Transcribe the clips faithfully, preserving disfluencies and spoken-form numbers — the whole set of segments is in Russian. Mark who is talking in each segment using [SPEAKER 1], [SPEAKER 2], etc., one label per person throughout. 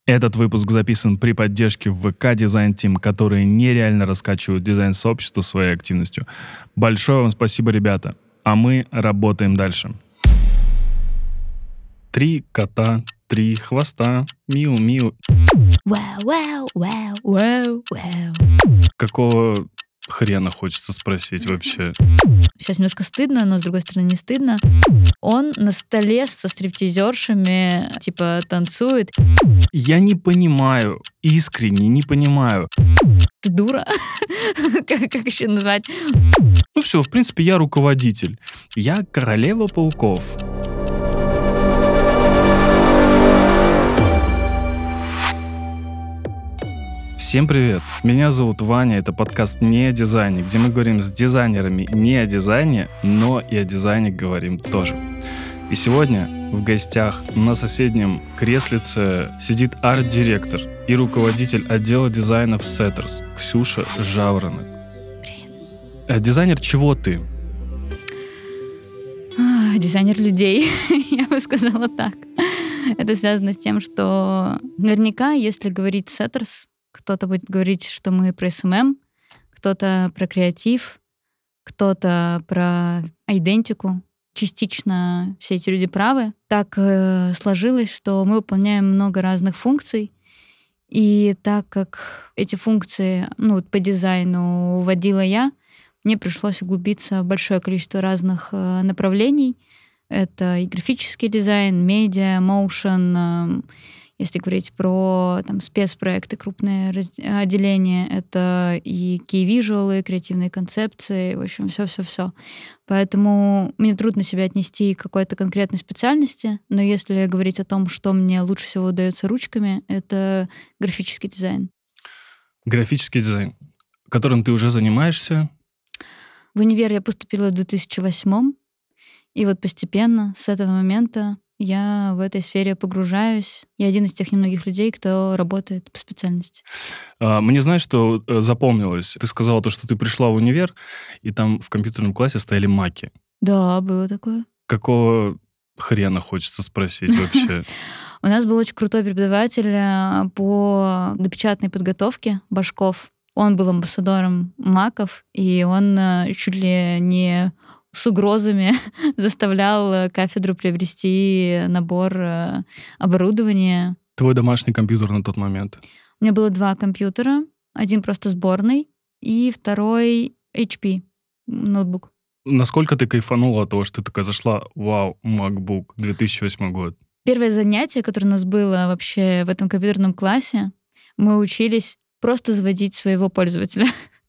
[SPEAKER 1] Этот выпуск записан при поддержке ВК Design Team, которые нереально раскачивают дизайн-сообщество своей активностью. Большое вам спасибо, ребята. А мы работаем дальше. Три кота, три хвоста, миу-миу.
[SPEAKER 2] Вау, вау, вау, вау, вау.
[SPEAKER 1] Какого хрена хочется спросить вообще?
[SPEAKER 2] Сейчас немножко стыдно, но с другой стороны не стыдно. Он на столе со стриптизершами типа танцует.
[SPEAKER 1] Я не понимаю, искренне не понимаю.
[SPEAKER 2] Ты дура? Как, как еще назвать?
[SPEAKER 1] Ну все, в принципе, я руководитель. Я королева пауков. Всем привет! Меня зовут Ваня, это подкаст «Не о дизайне», где мы говорим с дизайнерами не о дизайне, но и о дизайне говорим тоже. И сегодня в гостях на соседнем креслице сидит арт-директор и руководитель отдела дизайна в Setters Ксюша Жаворонок.
[SPEAKER 2] Привет.
[SPEAKER 1] Дизайнер чего ты?
[SPEAKER 2] А, Дизайнер людей, я бы сказала так. Это связано с тем, что наверняка, если говорить Setters, кто-то будет говорить, что мы про эс эм эм, кто-то про креатив, кто-то про идентику. Частично все эти люди правы. Так э, сложилось, что мы выполняем много разных функций. И так как эти функции ну, вот по дизайну вводила я, мне пришлось углубиться в большое количество разных э, направлений. Это и графический дизайн, медиа, моушен, э, если говорить про там, спецпроекты, крупные раз... отделения, это и кей-вижуалы, креативные концепции, в общем, все-все-все. Поэтому мне трудно себя отнести к какой-то конкретной специальности, но если говорить о том, что мне лучше всего удается ручками, это графический дизайн.
[SPEAKER 1] Графический дизайн, которым ты уже занимаешься?
[SPEAKER 2] В универ я поступила в две тысячи восьмом, и вот постепенно с этого момента я в этой сфере погружаюсь. Я один из тех немногих людей, кто работает по специальности.
[SPEAKER 1] Мне, знаешь, что запомнилось? Ты сказала то, что ты пришла в универ, и там в компьютерном классе стояли маки.
[SPEAKER 2] Да, было такое.
[SPEAKER 1] Какого хрена хочется спросить вообще?
[SPEAKER 2] У нас был очень крутой преподаватель по допечатной подготовке, Башков. Он был амбассадором маков, и он чуть ли не с угрозами заставлял кафедру приобрести набор оборудования.
[SPEAKER 1] Твой домашний компьютер на тот момент?
[SPEAKER 2] У меня было два компьютера. Один просто сборный, и второй эйч пи ноутбук.
[SPEAKER 1] Насколько ты кайфанула от того, что ты такая зашла, вау, MacBook, две тысячи восьмой год?
[SPEAKER 2] Первое занятие, которое у нас было вообще в этом компьютерном классе, мы учились просто заводить своего пользователя.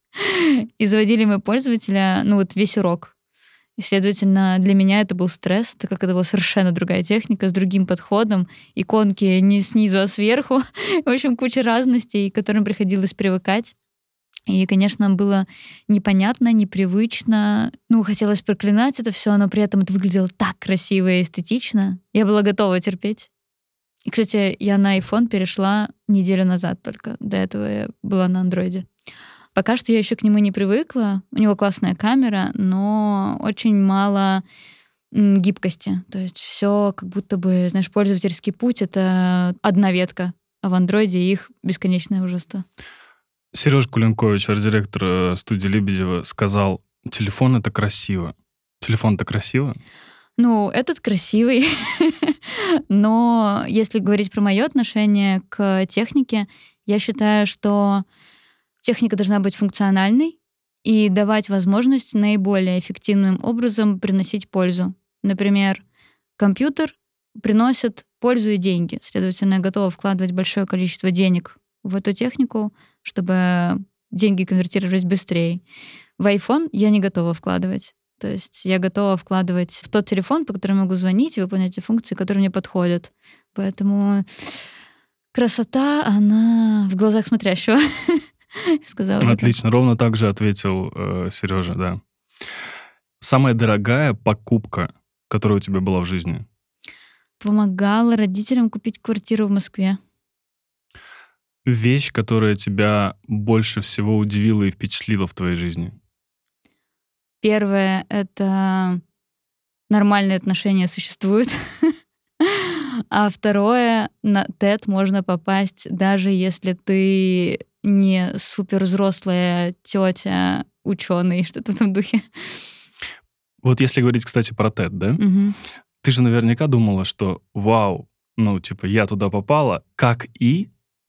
[SPEAKER 2] И заводили мы пользователя, ну вот весь урок. И, следовательно, для меня это был стресс, так как это была совершенно другая техника, с другим подходом, иконки не снизу, а сверху. В общем, куча разностей, к которым приходилось привыкать. И, конечно, было непонятно, непривычно. Ну, хотелось проклинать это все, но при этом это выглядело так красиво и эстетично. Я была готова терпеть. И, кстати, я на iPhone перешла неделю назад только. До этого я была на андроиде. Пока что я еще к нему не привыкла. У него классная камера, но очень мало гибкости. То есть все как будто бы, знаешь, пользовательский путь — это одна ветка, а в андроиде их бесконечное множество.
[SPEAKER 1] Сережа Кулинкович, арт-директор студии Лебедева, сказал: телефон — это красиво. Телефон — это красиво?
[SPEAKER 2] Ну, этот красивый. Но если говорить про мое отношение к технике, я считаю, что техника должна быть функциональной и давать возможность наиболее эффективным образом приносить пользу. Например, компьютер приносит пользу и деньги. Следовательно, я готова вкладывать большое количество денег в эту технику, чтобы деньги конвертировались быстрее. В iPhone я не готова вкладывать. То есть я готова вкладывать в тот телефон, по которому могу звонить и выполнять те функции, которые мне подходят. Поэтому красота, она в глазах смотрящего. Сказала
[SPEAKER 1] Отлично, ровно так же ответил э, Сережа, да. Самая дорогая покупка, которая у тебя была в жизни?
[SPEAKER 2] Помогала родителям купить квартиру в Москве.
[SPEAKER 1] Вещь, которая тебя больше всего удивила и впечатлила в твоей жизни?
[SPEAKER 2] Первое — это нормальные отношения существуют. А второе, на TED можно попасть, даже если ты не супер взрослая тетя, ученый, что-то в этом духе.
[SPEAKER 1] Вот если говорить, кстати, про TED, да?
[SPEAKER 2] Мгм.
[SPEAKER 1] Ты же наверняка думала, что вау, ну, типа, я туда попала, как и...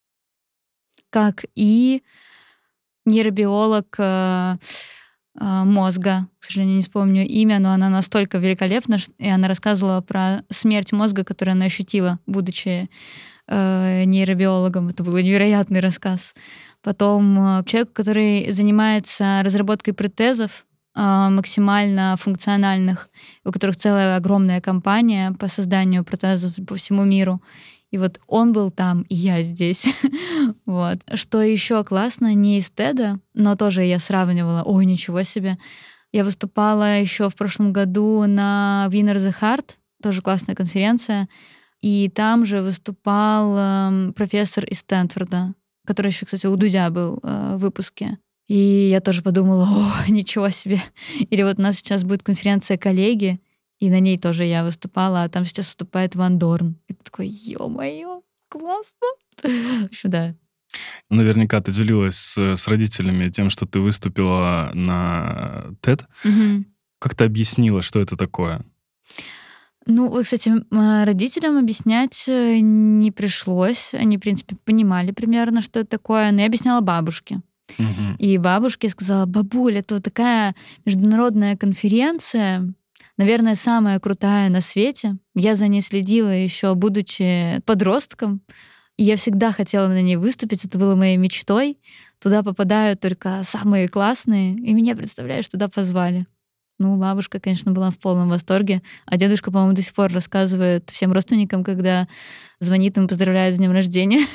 [SPEAKER 2] Как и нейробиолог э, э, мозга, к сожалению, не вспомню имя, но она настолько великолепна, ш- и она рассказывала про смерть мозга, которую она ощутила, будучи э, нейробиологом. Это был невероятный рассказ. Потом э, человек, который занимается разработкой протезов э, максимально функциональных, у которых целая огромная компания по созданию протезов по всему миру. И вот он был там, и я здесь. Вот. Что еще классно, не из TED, но тоже я сравнивала. Ой, ничего себе. Я выступала еще в прошлом году на Winner the Heart, тоже классная конференция. И там же выступал эм, профессор из Стэнфорда, который еще, кстати, у Дудя был э, в выпуске. И я тоже подумала, о, ничего себе. Или вот у нас сейчас будет конференция коллеги, и на ней тоже я выступала, а там сейчас выступает Ван Дорн. И ты такой, ё-моё, классно. В общем, да.
[SPEAKER 1] Наверняка ты делилась с, с родителями тем, что ты выступила на TED.
[SPEAKER 2] Мгм.
[SPEAKER 1] Как ты объяснила, что это такое?
[SPEAKER 2] Ну, вот, кстати, м, а, родителям объяснять э, не пришлось. Они, в принципе, понимали примерно, что это такое. Но я объясняла бабушке.
[SPEAKER 1] Мгм.
[SPEAKER 2] И бабушке сказала, бабуль, это вот такая международная конференция, наверное, самая крутая на свете. Я за ней следила еще, будучи подростком. И я всегда хотела на ней выступить. Это было моей мечтой. Туда попадают только самые классные. И меня, представляешь, туда позвали. Ну, бабушка, конечно, была в полном восторге. А дедушка, по-моему, до сих пор рассказывает всем родственникам, когда звонит им, поздравляет с днем рождения.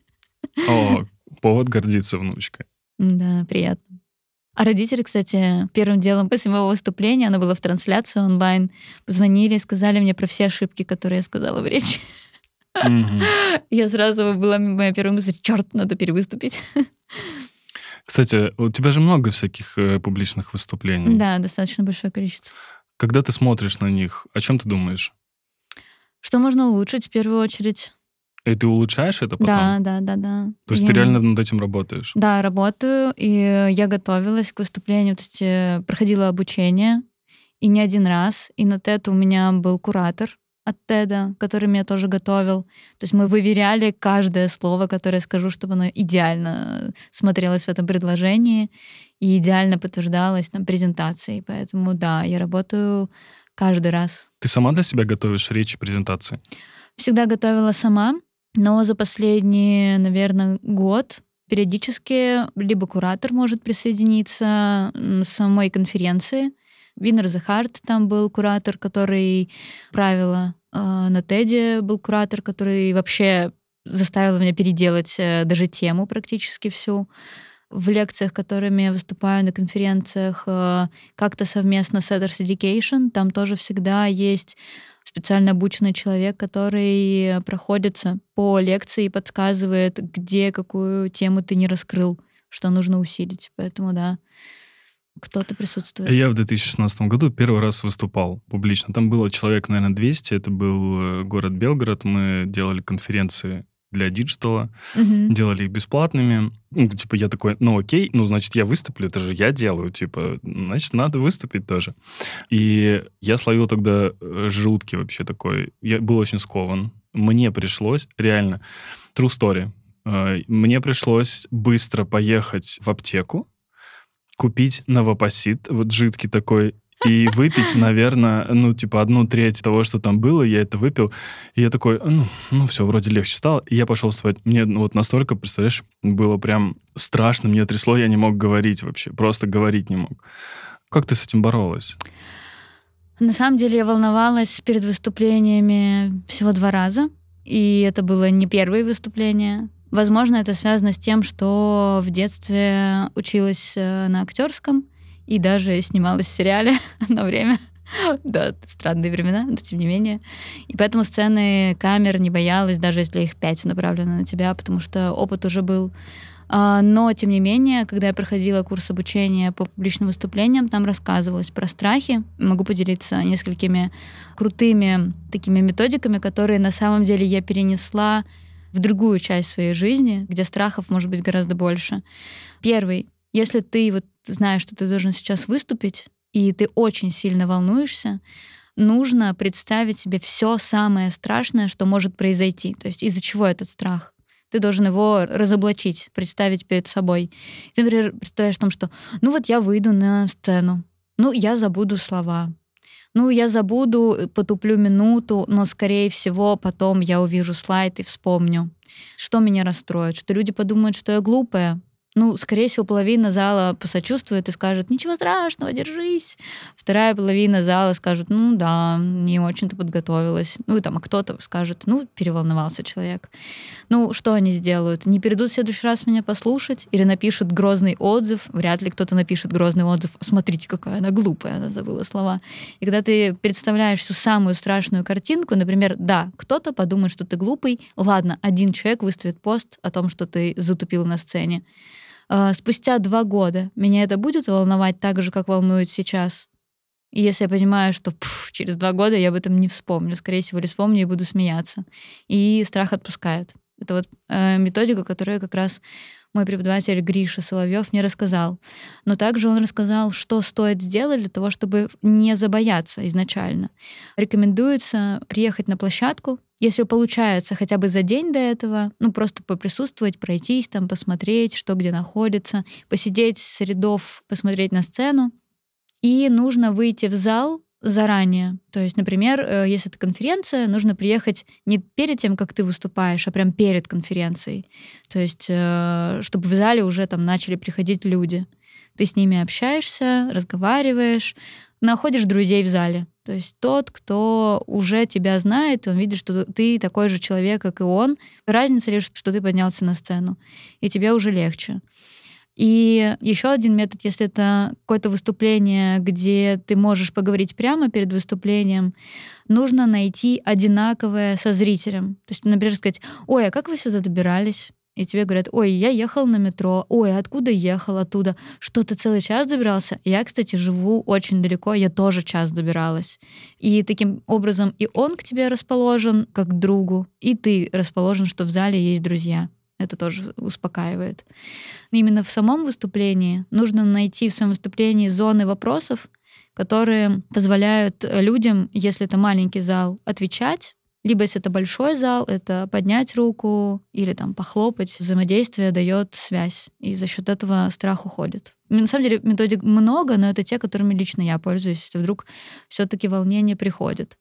[SPEAKER 1] О, повод гордиться внучкой.
[SPEAKER 2] Да, приятно. А родители, кстати, первым делом после моего выступления, оно было в трансляции онлайн, позвонили и сказали мне про все ошибки, которые я сказала в речи.
[SPEAKER 1] Мгм.
[SPEAKER 2] Я сразу была моя первая мысль, черт, надо перевыступить.
[SPEAKER 1] Кстати, у тебя же много всяких э, публичных выступлений.
[SPEAKER 2] Да, достаточно большое количество.
[SPEAKER 1] Когда ты смотришь на них, о чем ты думаешь?
[SPEAKER 2] Что можно улучшить в первую очередь?
[SPEAKER 1] И ты улучшаешь это потом?
[SPEAKER 2] Да, да, да, да.
[SPEAKER 1] То есть
[SPEAKER 2] Я-
[SPEAKER 1] ты реально над этим работаешь?
[SPEAKER 2] Да, работаю, и я готовилась к выступлению, то есть э, проходила обучение, и не один раз. И на TED у меня был куратор от TED, который меня тоже готовил. То есть мы выверяли каждое слово, которое я скажу, чтобы оно идеально смотрелось в этом предложении и идеально подтверждалось на презентации. Поэтому да, я работаю каждый раз.
[SPEAKER 1] Ты сама для себя готовишь речи, презентации?
[SPEAKER 2] Всегда готовила сама, но за последний, наверное, год периодически либо куратор может присоединиться м, с самой конференции. Winner the Heart там был куратор, который правила. э, На Теде был куратор, который вообще заставил меня переделать э, даже тему практически всю. В лекциях, которыми я выступаю на конференциях, э, как-то совместно с Setters Education, там тоже всегда есть специально обученный человек, который проходится по лекции и подсказывает, где какую тему ты не раскрыл, что нужно усилить. Поэтому да, кто-то присутствует.
[SPEAKER 1] Я в две тысячи шестнадцатом году первый раз выступал публично. Там было человек, наверное, двести. Это был э, город Белгород. Мы делали конференции для диджитала,
[SPEAKER 2] Мгм.
[SPEAKER 1] делали их бесплатными. Ну, типа, я такой, ну окей, ну, значит, я выступлю, это же я делаю, типа, значит, надо выступить тоже. И я словил тогда э, жуткий вообще такой, я был очень скован. Мне пришлось, реально, true story, э, мне пришлось быстро поехать в аптеку, купить новопосит, вот жидкий такой, и выпить, наверное, ну, типа, одну треть того, что там было, я это выпил. И я такой, ну, ну все, вроде легче стало. И я пошел спать. Мне ну, вот настолько, представляешь, было прям страшно, мне трясло, я не мог говорить вообще, просто говорить не мог. Как ты с этим боролась?
[SPEAKER 2] На самом деле я волновалась перед выступлениями всего два раза, и это было не первые выступления. Возможно, это связано с тем, что в детстве училась э, на актерском и даже снималась в сериале одно время. Да, странные времена, но тем не менее. И поэтому сцены камер не боялась, даже если их пять направлено на тебя, потому что опыт уже был. А, но, тем не менее, когда я проходила курс обучения по публичным выступлениям, там рассказывалось про страхи. Могу поделиться несколькими крутыми такими методиками, которые на самом деле я перенесла в другую часть своей жизни, где страхов может быть гораздо больше. Первый. Если ты вот знаешь, что ты должен сейчас выступить, и ты очень сильно волнуешься, нужно представить себе все самое страшное, что может произойти. То есть из-за чего этот страх. Ты должен его разоблачить, представить перед собой. Ты, например, представляешь о том, что ну вот я выйду на сцену, ну я забуду слова, ну я забуду, потуплю минуту, но, скорее всего, потом я увижу слайд и вспомню. Что меня расстроит? Что люди подумают, что я глупая? Ну, скорее всего, половина зала посочувствует и скажет: ничего страшного, держись. Вторая половина зала скажет: ну да, не очень-то подготовилась. Ну и там, а кто-то скажет: ну, переволновался человек. Ну, что они сделают? Не придут в следующий раз меня послушать? Или напишут грозный отзыв? Вряд ли кто-то напишет грозный отзыв: смотрите, какая она глупая, она забыла слова. И когда ты представляешь всю самую страшную картинку, например, да, кто-то подумает, что ты глупый, ладно, один человек выставит пост о том, что ты затупил на сцене. Спустя два года меня это будет волновать так же, как волнует сейчас? И если я понимаю, что пф, через два года я об этом не вспомню, скорее всего, или вспомню и буду смеяться. И страх отпускает. Это вот э, методика, которую как раз мой преподаватель Гриша Соловьев мне рассказал. Но также он рассказал, что стоит сделать для того, чтобы не забояться изначально. Рекомендуется приехать на площадку, если получается хотя бы за день до этого, ну просто поприсутствовать, пройтись там, посмотреть, что где находится, посидеть с рядов, посмотреть на сцену. И нужно выйти в зал заранее. То есть, например, если это конференция, нужно приехать не перед тем, как ты выступаешь, а прям перед конференцией. То есть, чтобы в зале уже там начали приходить люди. Ты с ними общаешься, разговариваешь, находишь друзей в зале. То есть тот, кто уже тебя знает, он видит, что ты такой же человек, как и он. Разница лишь, что ты поднялся на сцену, и тебе уже легче. И еще один метод, если это какое-то выступление, где ты можешь поговорить прямо перед выступлением, нужно найти одинаковое со зрителем. То есть, например, сказать: ой, а как вы сюда добирались? И тебе говорят: ой, я ехал на метро, ой, откуда ехал, оттуда? Что, ты целый час добирался? Я, кстати, живу очень далеко, я тоже час добиралась. И таким образом и он к тебе расположен, как к другу, и ты расположен, что в зале есть друзья. Это тоже успокаивает. Но именно в самом выступлении нужно найти в своем выступлении зоны вопросов, которые позволяют людям, если это маленький зал, отвечать. Либо, если это большой зал, это поднять руку или там похлопать. Взаимодействие дает связь, и за счет этого страх уходит. На самом деле методик много, но это те, которыми лично я пользуюсь, если вдруг все-таки волнение приходит.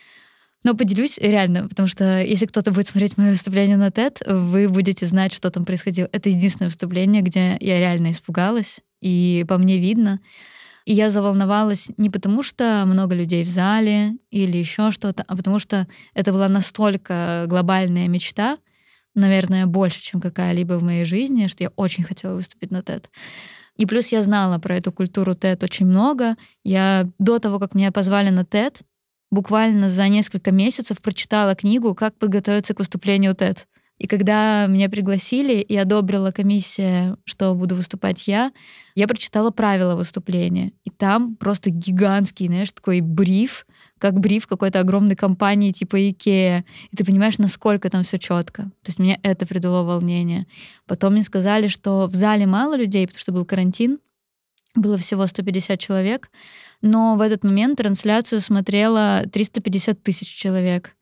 [SPEAKER 2] Но поделюсь реально, потому что если кто-то будет смотреть мое выступление на TED, вы будете знать, что там происходило. Это единственное выступление, где я реально испугалась, и по мне видно. И я заволновалась не потому, что много людей в зале или еще что-то, а потому что это была настолько глобальная мечта, наверное, больше, чем какая-либо в моей жизни, что я очень хотела выступить на TED. И плюс я знала про эту культуру TED очень много. Я до того, как меня позвали на TED, буквально за несколько месяцев прочитала книгу «Как подготовиться к выступлению TED». И когда меня пригласили и одобрила комиссия, что буду выступать я, я прочитала правила выступления. И там просто гигантский, знаешь, такой бриф, как бриф какой-то огромной компании типа IKEA. И ты понимаешь, насколько там все четко. То есть мне это придало волнение. Потом мне сказали, что в зале мало людей, потому что был карантин. Было всего сто пятьдесят человек. Но в этот момент трансляцию смотрело триста пятьдесят тысяч человек.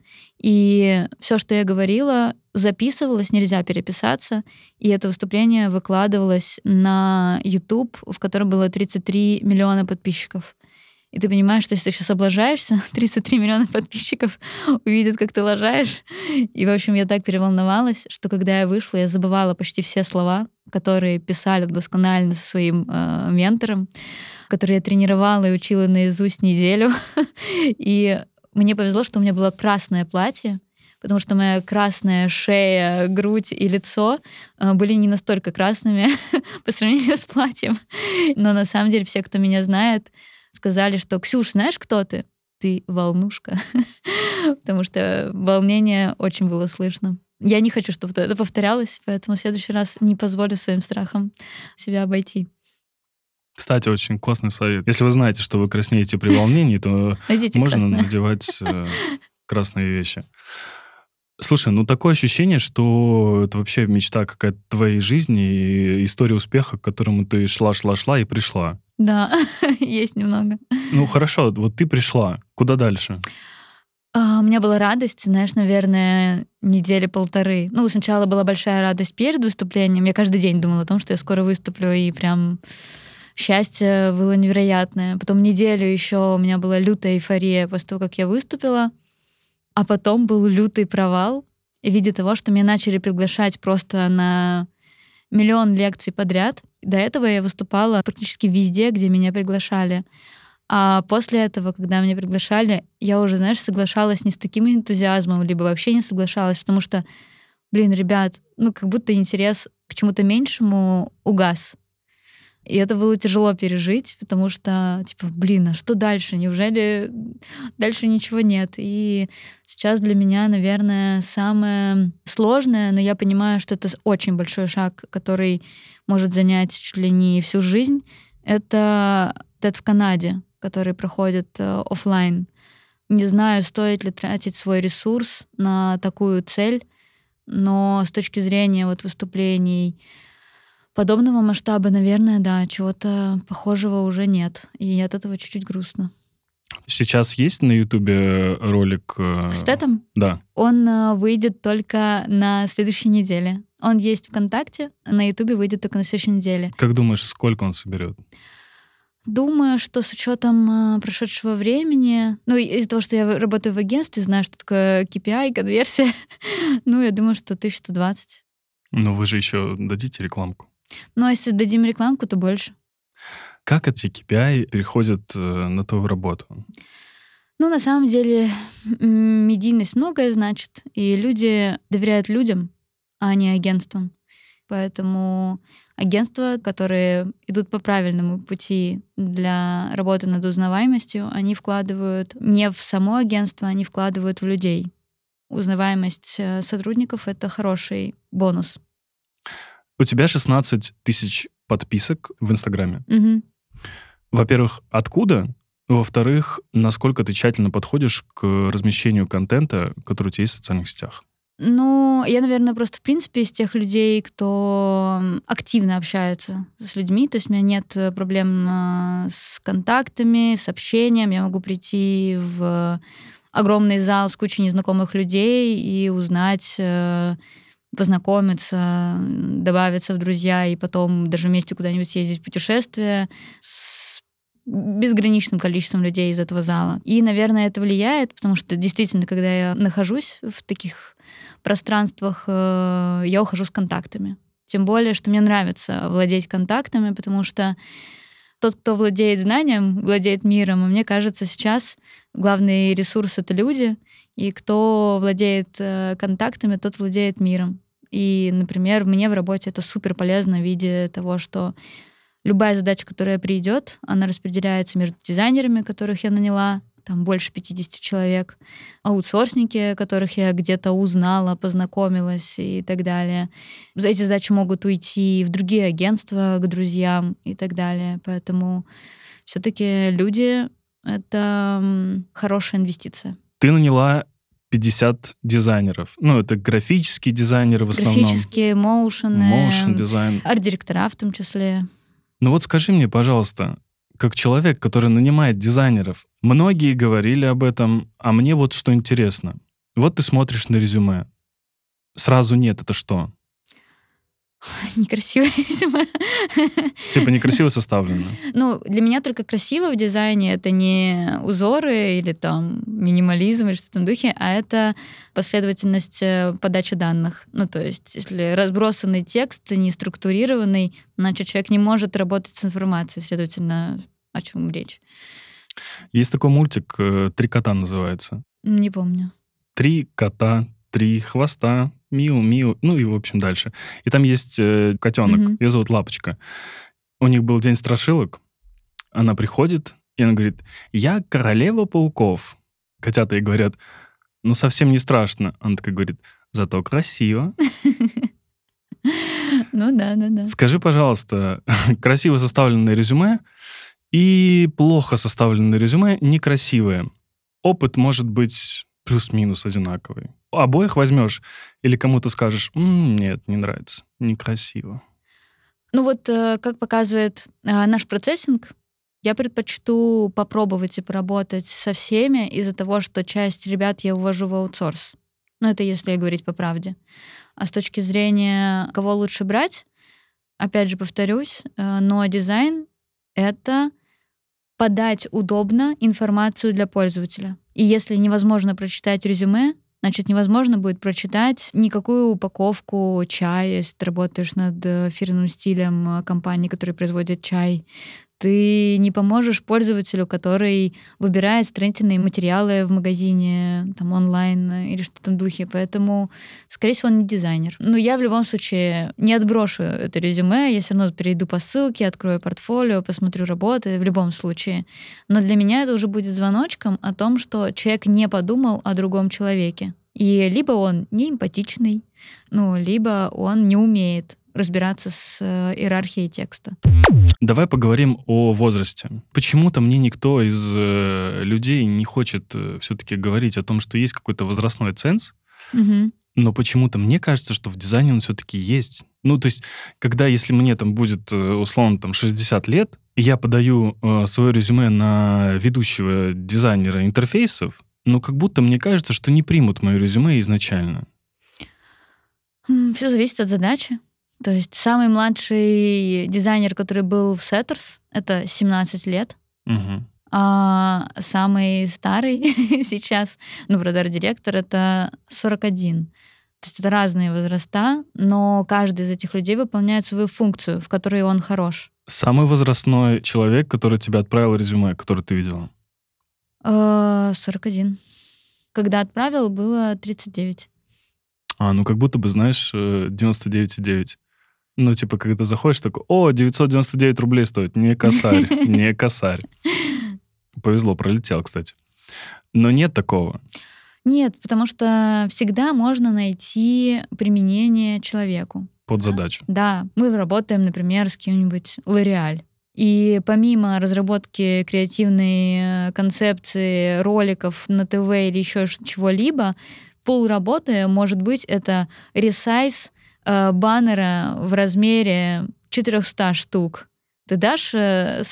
[SPEAKER 2] И все, что я говорила, записывалось, нельзя переписаться. И это выступление выкладывалось на YouTube, в котором было тридцать три миллиона подписчиков. И ты понимаешь, что если ты сейчас облажаешься, тридцать три миллиона подписчиков увидят, как ты лажаешь. И, в общем, я так переволновалась, что когда я вышла, я забывала почти все слова, которые писали досконально со своим э, ментором, который я тренировала и учила наизусть неделю. И мне повезло, что у меня было красное платье, потому что моя красная шея, грудь и лицо были не настолько красными по сравнению с платьем. Но на самом деле все, кто меня знает, сказали, что: «Ксюш, знаешь, кто ты? Ты волнушка». Потому что волнение очень было слышно. Я не хочу, чтобы это повторялось, поэтому в следующий раз не позволю своим страхам себя обойти.
[SPEAKER 1] Кстати, очень классный совет. Если вы знаете, что вы краснеете при волнении, то
[SPEAKER 2] Найдите
[SPEAKER 1] можно
[SPEAKER 2] красное.
[SPEAKER 1] надевать э, красные вещи. Слушай, ну такое ощущение, что это вообще мечта какая-то твоей жизни и история успеха, к которому ты шла-шла-шла и пришла.
[SPEAKER 2] Да, есть немного.
[SPEAKER 1] Ну хорошо, вот ты пришла. Куда дальше?
[SPEAKER 2] А, у меня была радость, знаешь, наверное, недели полторы. Ну, сначала была большая радость перед выступлением. Я каждый день думала о том, что я скоро выступлю, и прям счастье было невероятное. Потом неделю еще у меня была лютая эйфория после того, как я выступила. А потом был лютый провал в виде того, что меня начали приглашать просто на миллион лекций подряд. До этого я выступала практически везде, где меня приглашали. А после этого, когда меня приглашали, я уже, знаешь, соглашалась не с таким энтузиазмом, либо вообще не соглашалась, потому что, блин, ребят, ну как будто интерес к чему-то меньшему угас. И это было тяжело пережить, потому что, типа, блин, а что дальше? Неужели дальше ничего нет? И сейчас для меня, наверное, самое сложное, но я понимаю, что это очень большой шаг, который может занять чуть ли не всю жизнь, это тед в Канаде, который проходит э, офлайн. Не знаю, стоит ли тратить свой ресурс на такую цель, но с точки зрения вот выступлений подобного масштаба, наверное, да, чего-то похожего уже нет. И от этого чуть-чуть грустно.
[SPEAKER 1] Сейчас есть на Ютубе ролик? э,
[SPEAKER 2] С тедом?
[SPEAKER 1] Да.
[SPEAKER 2] Он э, выйдет только на следующей неделе. Он есть ВКонтакте, на Ютубе выйдет только на следующей неделе.
[SPEAKER 1] Как думаешь, сколько он соберет?
[SPEAKER 2] Думаю, что с учетом э, прошедшего времени, ну, и из-за того, что я работаю в агентстве, знаю, что такое кей пи ай, конверсия, ну, я думаю, что тысяча сто двадцать.
[SPEAKER 1] Но вы же еще дадите рекламку.
[SPEAKER 2] Ну, а если дадим рекламку, то больше.
[SPEAKER 1] Как эти кей пи ай переходят э, на твою работу?
[SPEAKER 2] Ну, на самом деле, м, медийность многое значит, и люди доверяют людям, а не агентствам. Поэтому агентства, которые идут по правильному пути для работы над узнаваемостью, они вкладывают не в само агентство, они вкладывают в людей. Узнаваемость э, сотрудников — это хороший бонус.
[SPEAKER 1] У тебя шестнадцать тысяч подписок в Инстаграме.
[SPEAKER 2] Мгм.
[SPEAKER 1] Во-первых, откуда? Во-вторых, насколько ты тщательно подходишь к размещению контента, который у тебя есть в социальных сетях?
[SPEAKER 2] Ну, я, наверное, просто, в принципе, из тех людей, кто м, активно общается с людьми. То есть у меня нет э, проблем а, с контактами, с общением. Я могу прийти в огромный зал с кучей незнакомых людей и узнать, э, познакомиться, м, добавиться в друзья и потом даже вместе куда-нибудь съездить в путешествие с безграничным количеством людей из этого зала. И, наверное, это влияет, потому что действительно, когда я нахожусь в таких пространствах, э, я ухожу с контактами. Тем более, что мне нравится владеть контактами, потому что тот, кто владеет знанием, владеет миром. И мне кажется, сейчас главный ресурс — это люди, и кто владеет э, контактами, тот владеет миром. И, например, мне в работе это супер полезно в виде того, что любая задача, которая придет, она распределяется между дизайнерами, которых я наняла, там больше пятьдесят человек, аутсорсники, которых я где-то узнала, познакомилась и так далее. Эти задачи могут уйти в другие агентства, к друзьям и так далее. Поэтому все-таки люди — это м, хорошая инвестиция.
[SPEAKER 1] Ты наняла пятьдесят дизайнеров. Ну, это графические дизайнеры в основном.
[SPEAKER 2] Графические, моушены,
[SPEAKER 1] Моушен дизайн.
[SPEAKER 2] арт-директора в том числе.
[SPEAKER 1] Ну вот скажи мне, пожалуйста, как человек, который нанимает дизайнеров, многие говорили об этом, а мне вот что интересно. Вот ты смотришь на резюме. Сразу нет, это что?
[SPEAKER 2] Некрасивое резюме.
[SPEAKER 1] Типа некрасиво составлено.
[SPEAKER 2] Ну, для меня только красиво в дизайне — это не узоры или там минимализм или что-то в этом духе, а это последовательность э, подачи данных. Ну, то есть, если разбросанный текст, не структурированный, значит, человек не может работать с информацией, следовательно, о чем речь.
[SPEAKER 1] Есть такой мультик э, «Три кота» называется.
[SPEAKER 2] Не помню.
[SPEAKER 1] Три кота, три хвоста, миу, миу, ну и, в общем, дальше. И там есть э, котенок,
[SPEAKER 2] Мгм.
[SPEAKER 1] ее зовут Лапочка. У них был день страшилок, она приходит, и она говорит: «Я королева пауков». Котята ей говорят: «Ну, совсем не страшно». Она такая говорит: Зато красиво.
[SPEAKER 2] Ну да, да, да.
[SPEAKER 1] Скажи, пожалуйста, красиво составленное резюме и плохо составленное резюме некрасивое. Опыт может быть плюс-минус одинаковый. Обоих возьмешь или кому-то скажешь: «М, нет, не нравится, некрасиво».
[SPEAKER 2] Ну вот, э, как показывает э, наш процессинг, я предпочту попробовать и поработать со всеми из-за того, что часть ребят я увожу в аутсорс. Ну, это если говорить по правде. А с точки зрения, кого лучше брать, опять же повторюсь, э, но дизайн — это подать удобно информацию для пользователя. И если невозможно прочитать резюме, значит, невозможно будет прочитать никакую упаковку чая, если ты работаешь над э, фирменным стилем э, компании, которая производит чай. Ты не поможешь пользователю, который выбирает строительные материалы в магазине, там, онлайн э, или что-то в этом духе. Поэтому, скорее всего, он не дизайнер. Но я в любом случае не отброшу это резюме, я все равно перейду по ссылке, открою портфолио, посмотрю работы в любом случае. Но для меня это уже будет звоночком о том, что человек не подумал о другом человеке. И либо он не эмпатичный, ну, либо он не умеет разбираться с э, иерархией текста.
[SPEAKER 1] Давай поговорим о возрасте. Почему-то мне никто из э, людей не хочет э, все-таки говорить о том, что есть какой-то возрастной ценз,
[SPEAKER 2] Мгм.
[SPEAKER 1] но почему-то мне кажется, что в дизайне он все-таки есть. Ну, то есть, когда, если мне там будет, э, условно, там шестьдесят лет, и я подаю э, свое резюме на ведущего дизайнера интерфейсов, ну, как будто мне кажется, что не примут мое резюме изначально.
[SPEAKER 2] Все зависит от задачи. То есть самый младший дизайнер, который был в Setters, это семнадцать лет.
[SPEAKER 1] Мгм.
[SPEAKER 2] А самый старый сейчас, ну, продакт-директор, это сорок один. То есть это разные возраста, но каждый из этих людей выполняет свою функцию, в которой он хорош.
[SPEAKER 1] Самый возрастной человек, который тебе отправил резюме, который ты видела.
[SPEAKER 2] Э, сорок один. Когда отправил, было тридцать девять.
[SPEAKER 1] А, ну как будто бы, знаешь, э, девяносто девять и девять. Ну, типа, когда ты заходишь, такой: о, девятьсот девяносто девять рублей стоит. Не косарь, не косарь. Повезло, пролетел, кстати. Но нет такого.
[SPEAKER 2] Нет, потому что всегда можно найти применение человеку.
[SPEAKER 1] Под задачу.
[SPEAKER 2] Да, мы работаем, например, с кем-нибудь L'Oréal. И помимо разработки креативной э, концепции роликов на ТВ или еще ш- чего-либо, пул работы может быть это ресайз э, баннера в размере четыреста штук. Ты дашь э,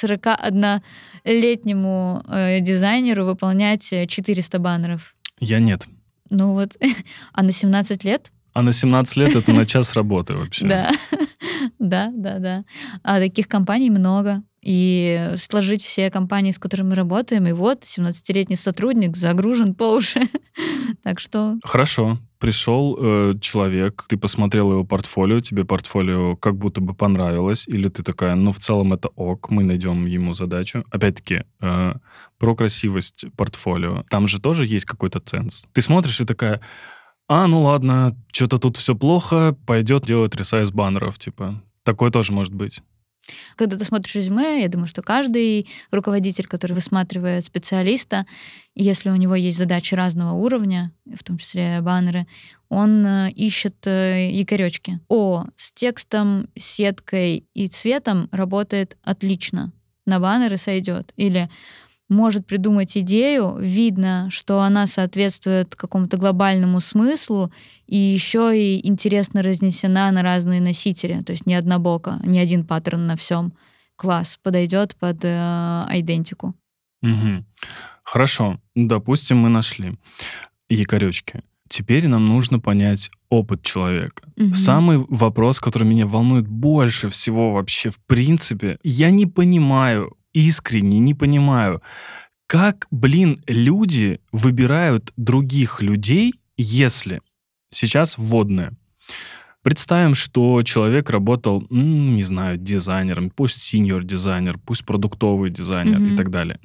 [SPEAKER 2] сорокаоднолетнему э, дизайнеру выполнять э, четыреста баннеров?
[SPEAKER 1] Я нет.
[SPEAKER 2] Ну вот, а на семнадцать лет?
[SPEAKER 1] А на семнадцать лет это на час работы вообще.
[SPEAKER 2] Да, да, да, да. А таких компаний много. И сложить все компании, с которыми мы работаем, и вот семнадцатилетний сотрудник загружен по уши. Так что
[SPEAKER 1] Хорошо. Пришел э, человек, ты посмотрел его портфолио, тебе портфолио как будто бы понравилось, или ты такая: ну, в целом это ок, мы найдем ему задачу. Опять-таки, э, про красивость портфолио. Там же тоже есть какой-то ценз. Ты смотришь и такая: а, ну ладно, что-то тут все плохо, пойдет делать ресайз баннеров, типа. Такое тоже может быть.
[SPEAKER 2] когда ты смотришь резюме, я думаю, что каждый руководитель, который высматривает специалиста, если у него есть задачи разного уровня, в том числе баннеры, он э, ищет э, якоречки. О, с текстом, сеткой и цветом работает отлично. На баннеры сойдет. Или может придумать идею, видно, что она соответствует какому-то глобальному смыслу и еще и интересно разнесена на разные носители, то есть не однобоко, не один паттерн на всем. Класс, подойдет под э, идентику.
[SPEAKER 1] Мгм. Хорошо, допустим, мы нашли якоречки. Теперь нам нужно понять опыт человека.
[SPEAKER 2] Мгм.
[SPEAKER 1] Самый вопрос, который меня волнует больше всего вообще в принципе, я не понимаю, искренне не понимаю, как, блин, люди выбирают других людей, если сейчас вводное. Представим, что человек работал, м, не знаю, дизайнером, пусть синьор-дизайнер, пусть продуктовый дизайнер и
[SPEAKER 2] Мгм.
[SPEAKER 1] так далее.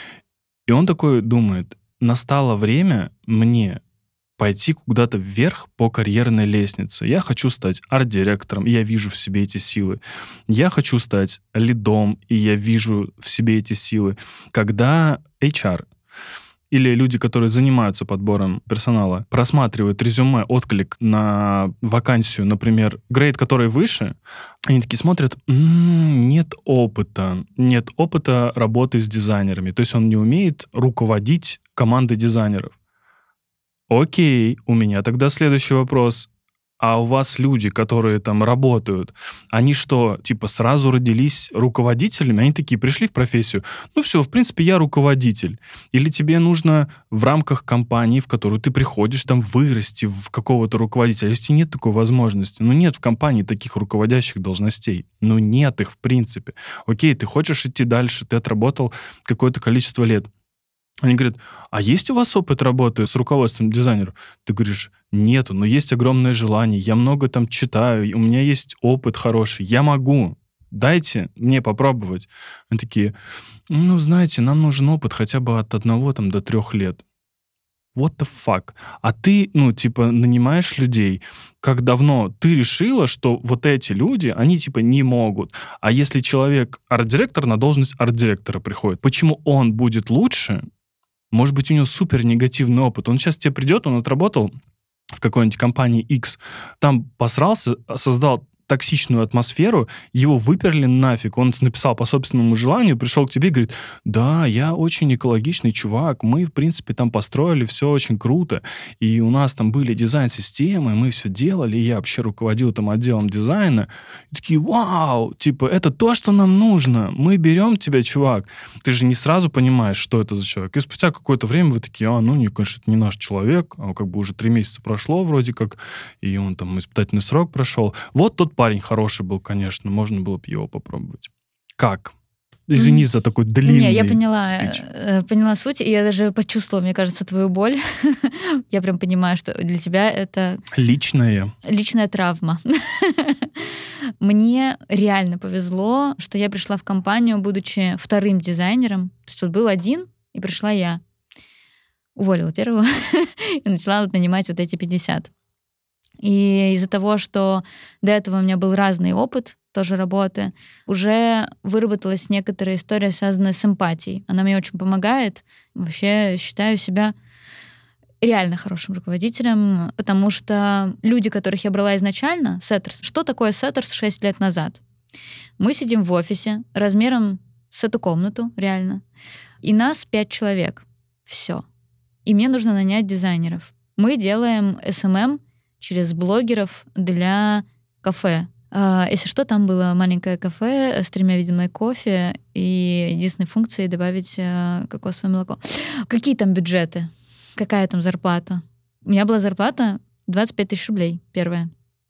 [SPEAKER 1] И он такой думает: настало время мне пойти куда-то вверх по карьерной лестнице. Я хочу стать арт-директором, и я вижу в себе эти силы. Я хочу стать лидом, и я вижу в себе эти силы. Когда эйч ар или люди, которые занимаются подбором персонала, просматривают резюме, отклик на вакансию, например, грейд, который выше, они такие смотрят, м-м, нет опыта, нет опыта работы с дизайнерами, то есть он не умеет руководить командой дизайнеров. Окей, у меня тогда следующий вопрос. А у вас люди, которые там работают, они что, типа сразу родились руководителями? Они такие пришли в профессию, ну все, в принципе, я руководитель. Или тебе нужно в рамках компании, в которую ты приходишь, там вырасти в какого-то руководителя? Если нет такой возможности, ну нет в компании таких руководящих должностей. Ну нет их в принципе. Окей, ты хочешь идти дальше, ты отработал какое-то количество лет. Они говорят, а есть у вас опыт работы с руководством дизайнера? Ты говоришь, нету, но есть огромное желание, я много там читаю, у меня есть опыт хороший, я могу, дайте мне попробовать. Они такие, ну, знаете, нам нужен опыт хотя бы от одного там до трех лет. What the fuck? А ты, ну, типа, нанимаешь людей, как давно ты решила, что вот эти люди, они, типа, не могут. А если человек арт-директор, на должность арт-директора приходит, почему он будет лучше? Может быть, у него супер негативный опыт. Он сейчас тебе придет, он отработал в какой-нибудь компании X, там посрался, создал токсичную атмосферу, его выперли нафиг, он написал по собственному желанию, пришел к тебе и говорит, да, я очень экологичный чувак, мы, в принципе, там построили все очень круто, и у нас там были дизайн-системы, мы все делали, и я вообще руководил там отделом дизайна. И такие, вау, типа, это то, что нам нужно, мы берем тебя, чувак. Ты же не сразу понимаешь, что это за человек. И спустя какое-то время вы такие, а, ну, не, конечно, это не наш человек, а как бы уже три месяца прошло вроде как, и он там испытательный срок прошел. Вот тот парень хороший был, конечно, можно было бы его попробовать. Как? Извини mm. за такой длинный
[SPEAKER 2] Не, я поняла,
[SPEAKER 1] спич.
[SPEAKER 2] поняла суть, и я даже почувствовала, мне кажется, твою боль. Я прям понимаю, что для тебя это...
[SPEAKER 1] Личная.
[SPEAKER 2] Личная травма. Мне реально повезло, что я пришла в компанию, будучи вторым дизайнером. То есть вот был один, и пришла я. Уволила первого и начала нанимать вот эти пятьдесят. И из-за того, что до этого у меня был разный опыт тоже работы, уже выработалась некоторая история, связанная с эмпатией. Она мне очень помогает. Вообще считаю себя реально хорошим руководителем, потому что люди, которых я брала изначально, сеттерс, что такое сеттерс шесть лет назад? Мы сидим в офисе размером с эту комнату, реально, и нас пять человек. Все. И мне нужно нанять дизайнеров. Мы делаем эс эм эм через блогеров для кафе. Если что, там было маленькое кафе с тремя видами кофе и единственной функцией добавить кокосовое молоко. Какие там бюджеты? Какая там зарплата? У меня была зарплата двадцать пять тысяч рублей первая.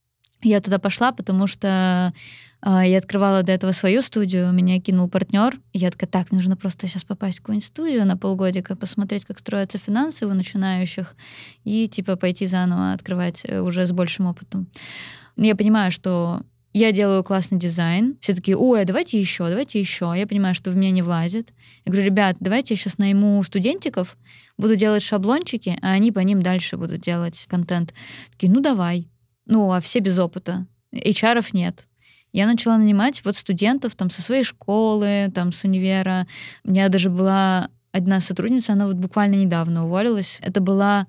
[SPEAKER 2] Я туда пошла, потому что э, я открывала до этого свою студию, меня кинул партнер, и я такая, так, мне нужно просто сейчас попасть в какую-нибудь студию на полгодика, посмотреть, как строятся финансы у начинающих, и типа пойти заново открывать уже с большим опытом. Но я понимаю, что я делаю классный дизайн, все такие, ой, а давайте еще, давайте еще. Я понимаю, что в меня не влазит. Я говорю, ребят, давайте я сейчас найму студентиков, буду делать шаблончики, а они по ним дальше будут делать контент. Такие, ну давай. Ну, а все без опыта. эйч ар-ов нет. Я начала нанимать вот студентов там со своей школы, там с универа. У меня даже была одна сотрудница, она вот буквально недавно уволилась. Это была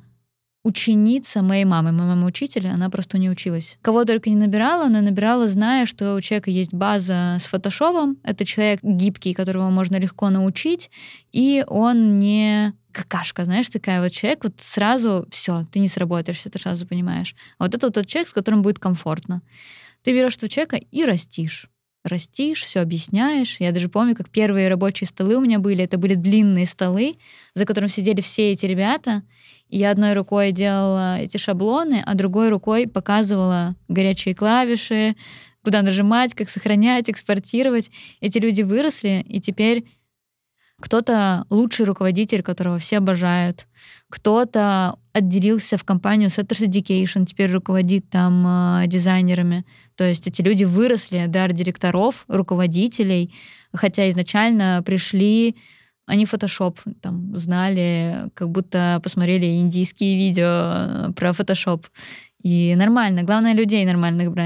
[SPEAKER 2] ученица моей мамы. Моя мама учитель, она просто не училась. Кого только не набирала, но набирала, зная, что у человека есть база с фотошопом. Это человек гибкий, которого можно легко научить, и он не... какашка, знаешь, такая вот человек, вот сразу все, ты не сработаешься, ты сразу понимаешь. А вот это вот тот человек, с которым будет комфортно. Ты берешь этого человека и растишь. Растишь, все объясняешь. Я даже помню, как первые рабочие столы у меня были. Это были длинные столы, за которыми сидели все эти ребята. И я одной рукой делала эти шаблоны, а другой рукой показывала горячие клавиши, куда нажимать, как сохранять, экспортировать. Эти люди выросли, и теперь кто-то лучший руководитель, которого все обожают. Кто-то отделился в компанию Setters Education, теперь руководит там э, дизайнерами. То есть эти люди выросли до арт-директоров, руководителей, хотя изначально пришли, они Photoshop там знали, как будто посмотрели индийские видео про Photoshop. И нормально. Главное, людей нормальных брать.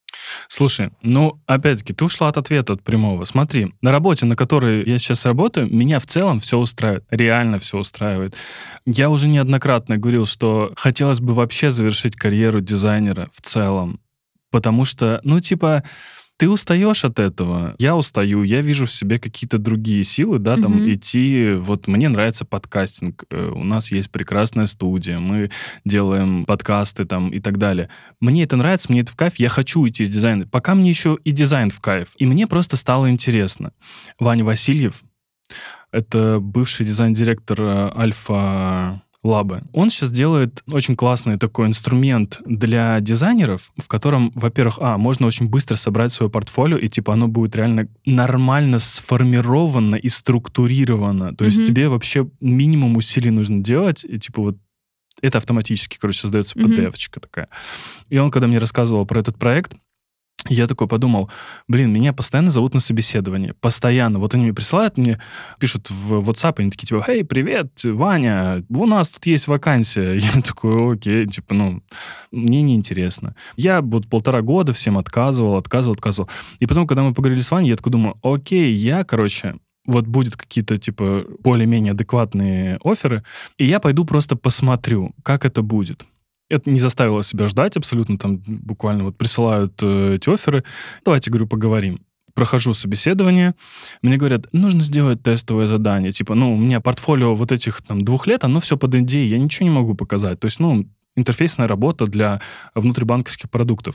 [SPEAKER 1] Слушай, ну, опять-таки, ты ушла от ответа, от прямого. Смотри, на работе, на которой я сейчас работаю, меня в целом все устраивает. Реально все устраивает. Я уже неоднократно говорил, что хотелось бы вообще завершить карьеру дизайнера в целом. Потому что, ну, типа, ты устаешь от этого. Я устаю, я вижу в себе какие-то другие силы, да, там,
[SPEAKER 2] Мгм.
[SPEAKER 1] идти... Вот мне нравится подкастинг. Э, У нас есть прекрасная студия, мы делаем подкасты там и так далее. Мне это нравится, мне это в кайф, я хочу уйти из дизайна. Пока мне еще и дизайн в кайф. И мне просто стало интересно. Ваня Васильев, это бывший дизайн-директор э, Альфа Лабы. Он сейчас делает очень классный такой инструмент для дизайнеров, в котором, во-первых, а, можно очень быстро собрать свое портфолио, и типа оно будет реально нормально сформировано и структурировано. То есть
[SPEAKER 2] Мгм.
[SPEAKER 1] тебе вообще минимум усилий нужно делать, и типа вот это автоматически, короче, создается
[SPEAKER 2] Мгм.
[SPEAKER 1] пи ди эф-очка такая. И он, когда мне рассказывал про этот проект, я такой подумал, блин, меня постоянно зовут на собеседование. Постоянно. Вот они мне присылают, мне пишут в WhatsApp, они такие, типа, «Эй, привет, Ваня, у нас тут есть вакансия». Я такой, окей, типа, ну, мне неинтересно. Я вот полтора года всем отказывал, отказывал, отказывал. И потом, когда мы поговорили с Ваней, я такой думаю, окей, я, короче, вот будет какие-то, типа, более-менее адекватные офферы, и я пойду просто посмотрю, как это будет. Это не заставило себя ждать абсолютно, там буквально вот присылают э, эти офферы. Давайте, говорю, поговорим. Прохожу собеседование, мне говорят, нужно сделать тестовое задание. Типа, ну, у меня портфолио вот этих там двух лет, оно все под эн ди эй, я ничего не могу показать. То есть, ну, интерфейсная работа для внутрибанковских продуктов.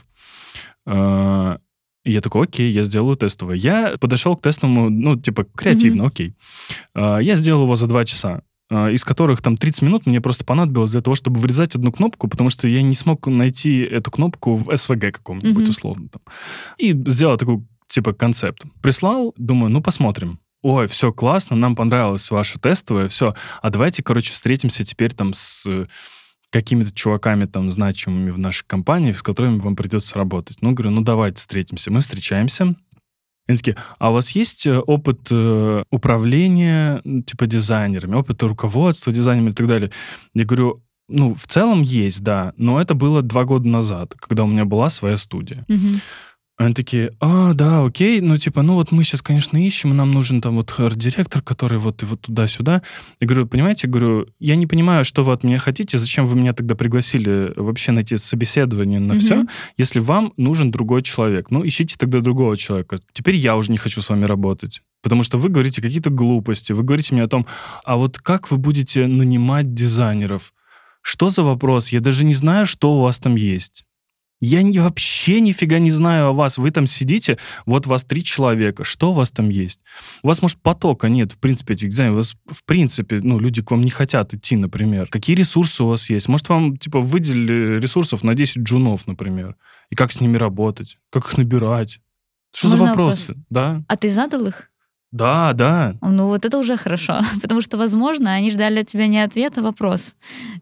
[SPEAKER 1] Э, И я такой, окей, я сделаю тестовое. Я подошел к тестовому, ну, типа, креативно,
[SPEAKER 2] Мгм.
[SPEAKER 1] окей. Э, Я сделал его за два часа, э, из которых там тридцать минут мне просто понадобилось для того, чтобы вырезать одну кнопку, потому что я не смог найти эту кнопку в эс ви джи каком-нибудь,
[SPEAKER 2] Мгм.
[SPEAKER 1] условно. Там. И сделал такой, типа, концепт. Прислал, думаю, ну, посмотрим. Ой, все классно, нам понравилось ваше тестовое, все. А давайте, короче, встретимся теперь там с э, какими-то чуваками там значимыми в нашей компании, с которыми вам придется работать. Ну, говорю, ну, давайте встретимся. Мы встречаемся. Они такие, а у вас есть э, опыт э, управления, м, типа, дизайнерами, опыт руководства дизайнерами и так далее? Я говорю, ну, в целом есть, да, но это было два года назад, когда у меня была своя студия.
[SPEAKER 2] Мгм.
[SPEAKER 1] Они такие, а, да, окей, ну, типа, ну, вот мы сейчас, конечно, ищем, нам нужен там вот арт-директор, который вот и вот туда-сюда. Я говорю, понимаете, говорю, я не понимаю, что вы от меня хотите, зачем вы меня тогда пригласили вообще на эти собеседования, на все,
[SPEAKER 2] Мгм.
[SPEAKER 1] если вам нужен другой человек. Ну, ищите тогда другого человека. Теперь я уже не хочу с вами работать. Потому что вы говорите какие-то глупости, вы говорите мне о том, а вот как вы будете нанимать дизайнеров? Что за вопрос? Я даже не знаю, что у вас там есть. Я не, вообще нифига не знаю о вас. Вы там сидите, вот вас три человека. Что у вас там есть? У вас, может, потока нет, в принципе, этих дизайнеров. У вас, в принципе, ну, люди к вам не хотят идти, например. Какие ресурсы у вас есть? Может, вам, типа, выделили ресурсов на десять джунов, например. И как с ними работать? Как их набирать? Что за
[SPEAKER 2] Можно
[SPEAKER 1] вопросы?
[SPEAKER 2] вопрос?
[SPEAKER 1] Да?
[SPEAKER 2] А ты задал их?
[SPEAKER 1] Да, да.
[SPEAKER 2] Ну, вот это уже хорошо, потому что, возможно, они ждали от тебя не ответ, а вопрос.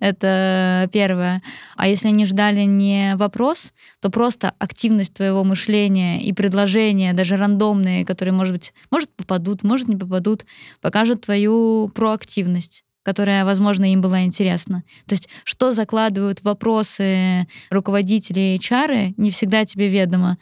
[SPEAKER 2] Это первое. А если они ждали не вопрос, то просто активность твоего мышления и предложения, даже рандомные, которые, может быть, может попадут, может не попадут, покажут твою проактивность, которая, возможно, им была интересна. То есть, что закладывают в вопросы руководители и эйч ар, не всегда тебе ведомо,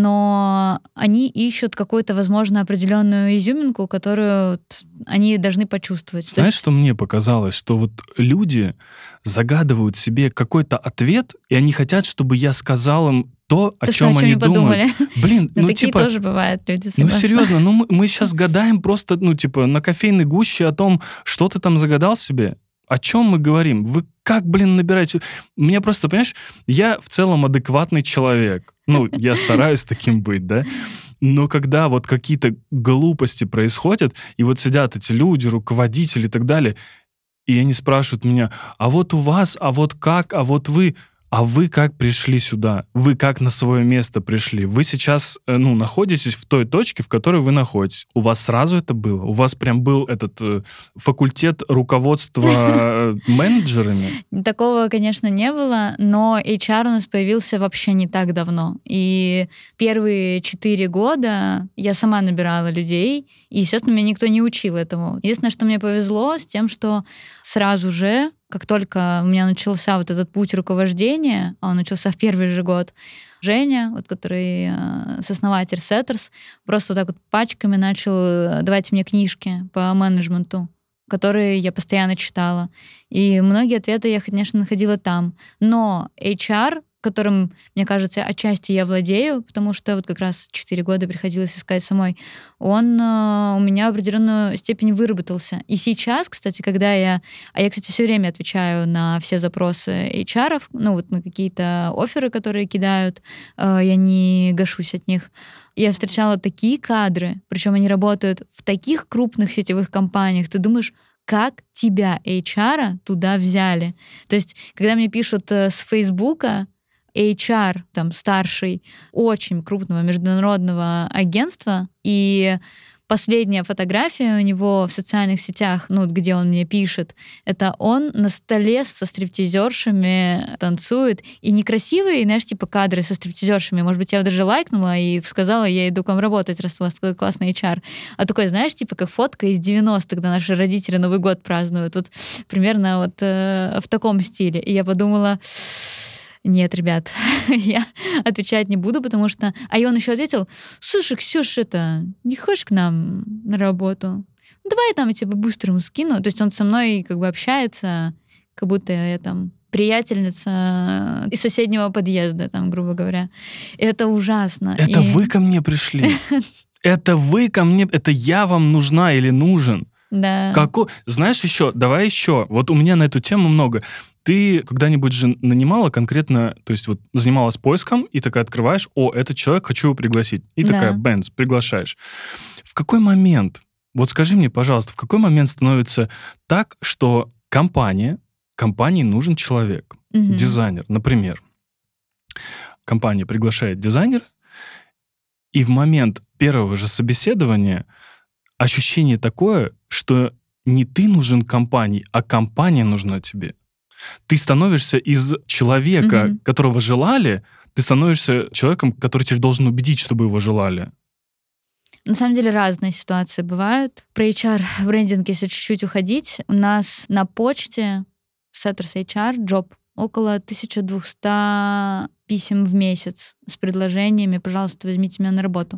[SPEAKER 2] но они ищут какую-то, возможно, определенную изюминку, которую вот они должны почувствовать. То
[SPEAKER 1] Знаешь,
[SPEAKER 2] есть,
[SPEAKER 1] что мне показалось? Что вот люди загадывают себе какой-то ответ, и они хотят, чтобы я сказал им то, о
[SPEAKER 2] то, что о
[SPEAKER 1] чем
[SPEAKER 2] чем
[SPEAKER 1] они
[SPEAKER 2] не
[SPEAKER 1] думают.
[SPEAKER 2] подумали.
[SPEAKER 1] Блин,
[SPEAKER 2] Но
[SPEAKER 1] ну
[SPEAKER 2] такие
[SPEAKER 1] типа,
[SPEAKER 2] тоже бывают люди,
[SPEAKER 1] ну
[SPEAKER 2] согласна.
[SPEAKER 1] серьезно, ну мы, мы сейчас гадаем просто, ну типа, на кофейной гуще о том, что ты там загадал себе. О чем мы говорим? Вы как, блин, набираете? Мне просто, понимаешь, я в целом адекватный человек. Ну, я стараюсь таким быть, да? Но когда вот какие-то глупости происходят, и вот сидят эти люди, руководители и так далее, и они спрашивают меня, а вот у вас, а вот как, а вот вы, а вы как пришли сюда? Вы как на свое место пришли? Вы сейчас, э, ну, находитесь в той точке, в которой вы находитесь. У вас сразу это было? У вас прям был этот э, факультет руководства э, менеджерами?
[SPEAKER 2] Такого, конечно, не было, но эйч ар у нас появился вообще не так давно. И первые четыре года я сама набирала людей, и, естественно, меня никто не учил этому. Единственное, что мне повезло с тем, что сразу же, как только у меня начался вот этот путь руковождения, а он начался в первый же год, Женя, вот который э, сооснователь Setters, просто вот так вот пачками начал давать мне книжки по менеджменту, которые я постоянно читала. И многие ответы я, конечно, находила там. Но эйч ар, которым, мне кажется, отчасти я владею, потому что вот как раз четыре года приходилось искать самой, он э, у меня в определенную степень выработался. И сейчас, кстати, когда я... А я, кстати, все время отвечаю на все запросы эйч ар, ну вот на какие-то офферы, которые кидают, э, я не гашусь от них. Я встречала такие кадры, причем они работают в таких крупных сетевых компаниях, ты думаешь, как тебя, эйч ар, туда взяли? То есть, когда мне пишут э, с Фейсбука, эйч ар, там, старший, очень крупного международного агентства, и последняя фотография у него в социальных сетях, ну, где он мне пишет, это он на столе со стриптизершами танцует, и некрасивые, знаешь, типа кадры со стриптизершами, может быть, я даже лайкнула и сказала, я иду к вам работать, раз у вас такой классный эйч ар. А такой, знаешь, типа как фотка из девяностых, когда наши родители Новый год празднуют, вот примерно вот э, в таком стиле. И я подумала, нет, ребят, я отвечать не буду, потому что... А и он еще ответил, слушай, Ксюш, это, не хочешь к нам на работу? Давай я там я тебе быстрому скину. То есть он со мной как бы общается, как будто я там приятельница из соседнего подъезда, там, грубо говоря. И это ужасно.
[SPEAKER 1] Это
[SPEAKER 2] и...
[SPEAKER 1] вы ко мне пришли. Это вы ко мне... Это я вам нужна или нужен.
[SPEAKER 2] Да.
[SPEAKER 1] Како... Знаешь, еще, давай еще. Вот у меня на эту тему много. Ты когда-нибудь же нанимала конкретно, то есть вот занималась поиском, и такая открываешь, о, этот человек, хочу его пригласить. И
[SPEAKER 2] Да.
[SPEAKER 1] такая, бэнс, приглашаешь. В какой момент, вот скажи мне, пожалуйста, в какой момент становится так, что компания, компании нужен человек,
[SPEAKER 2] Мгм.
[SPEAKER 1] дизайнер, например. Компания приглашает дизайнера, и в момент первого же собеседования ощущение такое, что не ты нужен компании, а компания нужна тебе. Ты становишься из человека,
[SPEAKER 2] Мгм.
[SPEAKER 1] которого желали, ты становишься человеком, который тебя должен убедить, чтобы его желали.
[SPEAKER 2] На самом деле разные ситуации бывают. Про эйч ар-брендинг, если чуть-чуть уходить, у нас на почте Setters эйч ар, Job, около тысяча двести писем в месяц с предложениями «пожалуйста, возьмите меня на работу».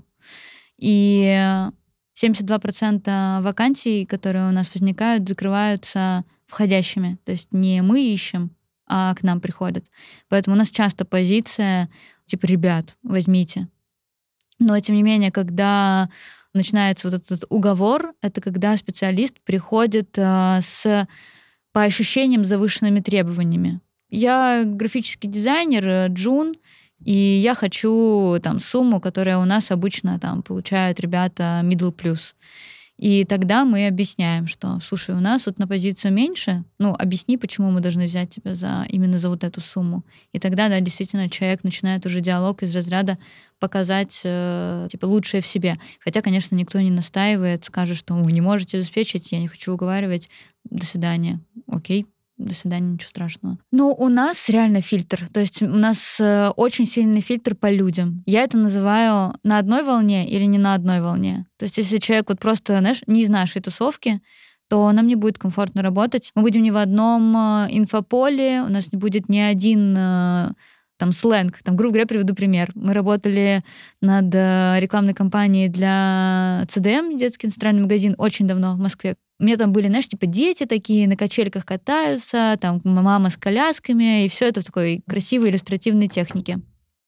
[SPEAKER 2] И семьдесят два процента вакансий, которые у нас возникают, закрываются входящими. То есть не мы ищем, а к нам приходят. Поэтому у нас часто позиция типа «ребят, возьмите». Но, тем не менее, когда начинается вот этот уговор, это когда специалист приходит э, с, по ощущениям, завышенными требованиями. Я графический дизайнер, э, Джун, и я хочу там сумму, которая у нас обычно там получают ребята middle plus. И тогда мы объясняем, что, слушай, у нас вот на позицию меньше, ну, объясни, почему мы должны взять тебя за, именно за вот эту сумму. И тогда, да, действительно, человек начинает уже диалог из разряда показать, э, типа, лучшее в себе. Хотя, конечно, никто не настаивает, скажет, что вы не можете обеспечить, я не хочу уговаривать, до свидания, окей. До свидания, ничего страшного. Но у нас реально фильтр. То есть у нас э, очень сильный фильтр по людям. Я это называю на одной волне или не на одной волне. То есть если человек вот просто, знаешь, не из нашей тусовки, то нам не будет комфортно работать. Мы будем не в одном э, инфополе, у нас не будет ни один э, там сленг. Там, грубо говоря, приведу пример. Мы работали над э, рекламной кампанией для си ди эм, детский индустриальный магазин, очень давно в Москве. У меня там были, знаешь, типа дети такие, на качельках катаются, там мама с колясками, и все это в такой красивой иллюстративной технике.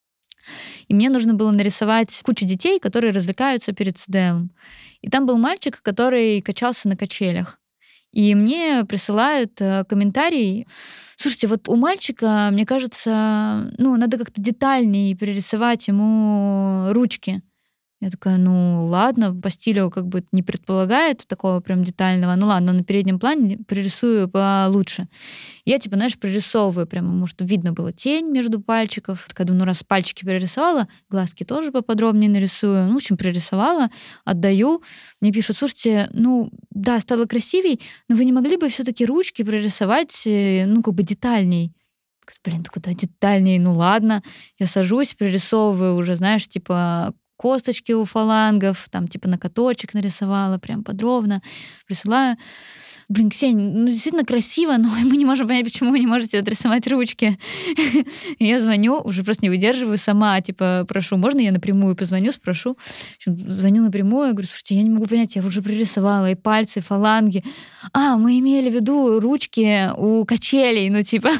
[SPEAKER 2] И мне нужно было нарисовать кучу детей, которые развлекаются перед си ди эм. И там был мальчик, который качался на качелях. И мне присылают э, комментарий. Слушайте, вот у мальчика, мне кажется, ну, надо как-то детальнее перерисовать ему ручки. Я такая, ну ладно, по стилю как бы не предполагает такого прям детального. Ну ладно, на переднем плане пририсую получше. Я типа, знаешь, прорисовываю прямо, может, видно было тень между пальчиков. Такая, ну раз пальчики прорисовала, глазки тоже поподробнее нарисую. Ну, в общем, прорисовала, отдаю. Мне пишут, слушайте, ну да, стало красивей, но вы не могли бы все-таки ручки прорисовать, ну, как бы детальней? Блин, куда детальней? Ну ладно. Я сажусь, прорисовываю уже, знаешь, типа косточки у фалангов, там типа накаточек нарисовала, прям подробно присылаю. блин, Ксень, ну действительно красиво, но мы не можем понять, почему вы не можете отрисовать ручки. И я звоню, уже просто не выдерживаю сама, типа, прошу, можно я напрямую позвоню, спрошу. В общем, звоню напрямую, говорю, слушайте, я не могу понять, я уже пририсовала и пальцы, и фаланги. А, мы имели в виду ручки у качелей, ну типа.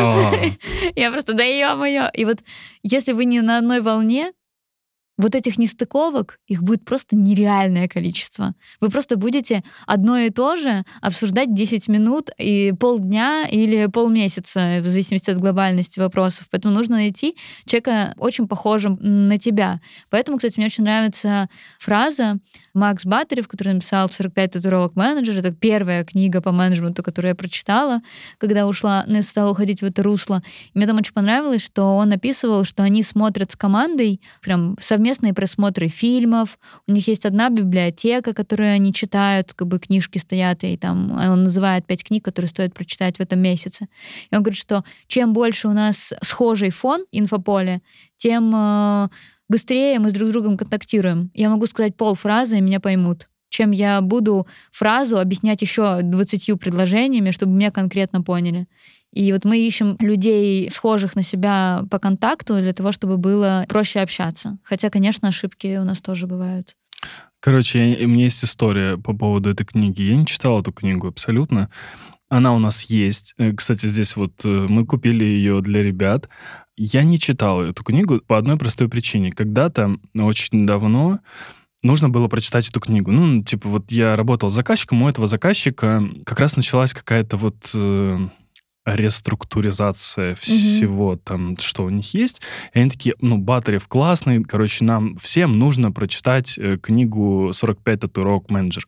[SPEAKER 2] Я просто, да ё-моё. И вот если вы не на одной волне, вот этих нестыковок, их будет просто нереальное количество. Вы просто будете одно и то же обсуждать десять минут и полдня или полмесяца, в зависимости от глобальности вопросов. Поэтому нужно найти человека очень похожим на тебя. Поэтому, кстати, мне очень нравится фраза Макс Батарев, который написал «сорок пять татуировок менеджера». Это первая книга по менеджменту, которую я прочитала, когда ушла, ну, стала уходить в это русло. И мне там очень понравилось, что он описывал, что они смотрят с командой прям совместно совместные просмотры фильмов, у них есть одна библиотека, которую они читают, как бы книжки стоят, и там он называет пять книг, которые стоит прочитать в этом месяце. И он говорит, что чем больше у нас схожий фон, инфополе, тем э, быстрее мы с друг другом контактируем. Я могу сказать полфразы, и меня поймут. Чем я буду фразу объяснять еще двадцатью предложениями, чтобы меня конкретно поняли. И вот мы ищем людей, схожих на себя по контакту, для того, чтобы было проще общаться. Хотя, конечно, ошибки у нас тоже бывают.
[SPEAKER 1] Короче, я, у меня есть история по поводу этой книги. Я не читал эту книгу абсолютно. Она у нас есть. Кстати, здесь вот мы купили ее для ребят. Я не читал эту книгу по одной простой причине. Когда-то, очень давно, нужно было прочитать эту книгу. Ну, типа, вот я работал с заказчиком, у этого заказчика как раз началась какая-то вот э, реструктуризация всего mm-hmm. там, что у них есть. И они такие, ну, Батарев классный, короче, нам всем нужно прочитать э, книгу «сорок пять татуировок менеджера».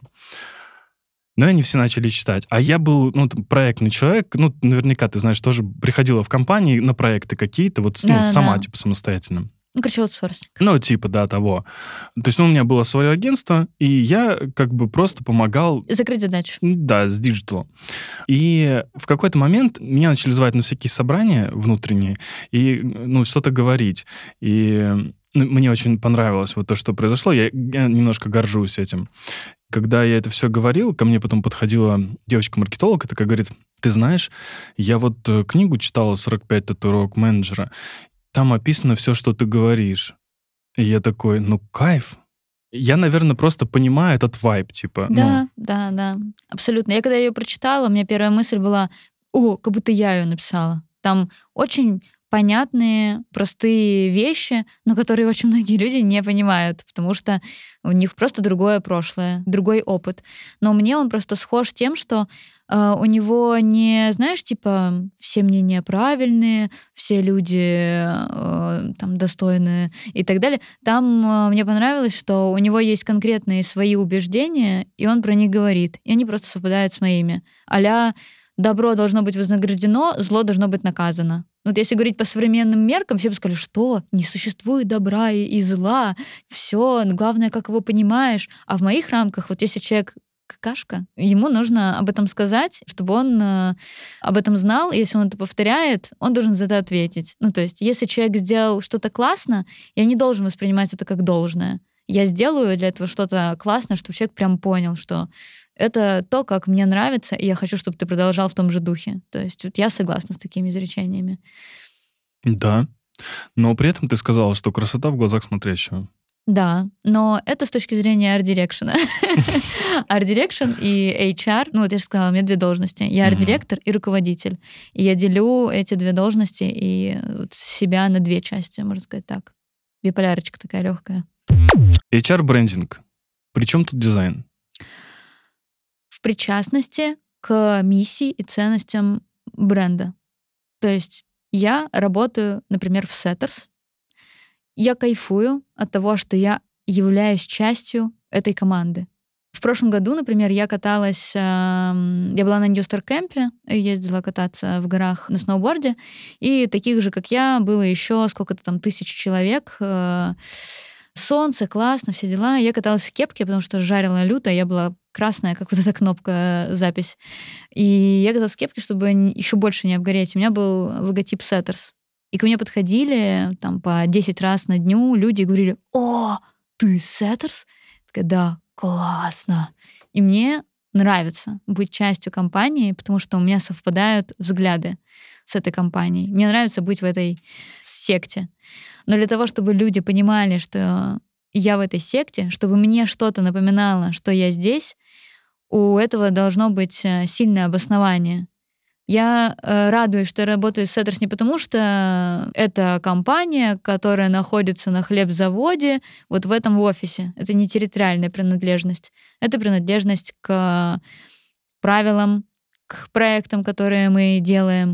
[SPEAKER 1] Но они все начали читать. А я был, ну, проектный человек, ну, наверняка, ты знаешь, тоже приходила в компании на проекты какие-то, вот ну,
[SPEAKER 2] да,
[SPEAKER 1] сама,
[SPEAKER 2] да.
[SPEAKER 1] типа, самостоятельно.
[SPEAKER 2] Ну, короче, аутсорсинг.
[SPEAKER 1] Ну, типа, да, того. То есть, ну, у меня было свое агентство, и я как бы просто помогал...
[SPEAKER 2] Закрыть задачу.
[SPEAKER 1] Да, с диджиталом. И в какой-то момент меня начали звать на всякие собрания внутренние и, ну, что-то говорить. И ну, мне очень понравилось вот то, что произошло. Я, я немножко горжусь этим. Когда я это все говорил, ко мне потом подходила девочка-маркетолог и такая говорит, ты знаешь, я вот книгу читала «сорок пять татуировок менеджера», там описано все, что ты говоришь. И я такой, ну, кайф. Я, наверное, просто понимаю этот вайб, типа.
[SPEAKER 2] Да,
[SPEAKER 1] ну.
[SPEAKER 2] да, да, абсолютно. Я когда ее прочитала, у меня первая мысль была, о, как будто я ее написала. Там очень понятные, простые вещи, но которые очень многие люди не понимают, потому что у них просто другое прошлое, другой опыт. Но мне он просто схож тем, что э, у него не, знаешь, типа, все мнения правильные, все люди э, там достойные и так далее. Там э, мне понравилось, что у него есть конкретные свои убеждения, и он про них говорит, и они просто совпадают с моими. А-ля добро должно быть вознаграждено, зло должно быть наказано. Вот если говорить по современным меркам, все бы сказали, что не существует добра и, и зла, все, главное, как его понимаешь. А в моих рамках, вот если человек какашка, ему нужно об этом сказать, чтобы он э, об этом знал, и если он это повторяет, он должен за это ответить. Ну, то есть, если человек сделал что-то классно, я не должен воспринимать это как должное. Я сделаю для этого что-то классное, чтобы человек прям понял, что это то, как мне нравится, и я хочу, чтобы ты продолжал в том же духе. То есть вот я согласна с такими изречениями.
[SPEAKER 1] Да. Но при этом ты сказала, что красота в глазах смотрящего.
[SPEAKER 2] Да, но это с точки зрения арт-дирекшена. Арт-дирекшн и эйч ар, ну вот я же сказала, у меня две должности. Я арт-директор и руководитель. И я делю эти две должности и вот себя на две части, можно сказать так. Биполярочка такая легкая.
[SPEAKER 1] эйч ар-брендинг. При чем тут дизайн?
[SPEAKER 2] В причастности к миссии и ценностям бренда. То есть я работаю, например, в Setters. Я кайфую от того, что я являюсь частью этой команды. В прошлом году, например, я каталась, э, я была на New Star Camp'е, ездила кататься в горах на сноуборде, и таких же, как я, было еще сколько-то там тысяч человек. Э, солнце, классно, все дела. Я каталась в кепке, потому что жарила люто, я была красная, как вот эта кнопка запись. И я каталась в кепке, чтобы еще больше не обгореть. У меня был логотип Setters. И ко мне подходили там по десять раз на дню люди и говорили, о, ты Setters? Я такая, да, классно. И мне нравится быть частью компании, потому что у меня совпадают взгляды с этой компанией. Мне нравится быть в этой секте. Но для того, чтобы люди понимали, что я в этой секте, чтобы мне что-то напоминало, что я здесь, у этого должно быть сильное обоснование. Я э, радуюсь, что я работаю с Setters не потому, что это компания, которая находится на хлебзаводе, вот в этом офисе. Это не территориальная принадлежность. Это принадлежность к правилам, к проектам, которые мы делаем,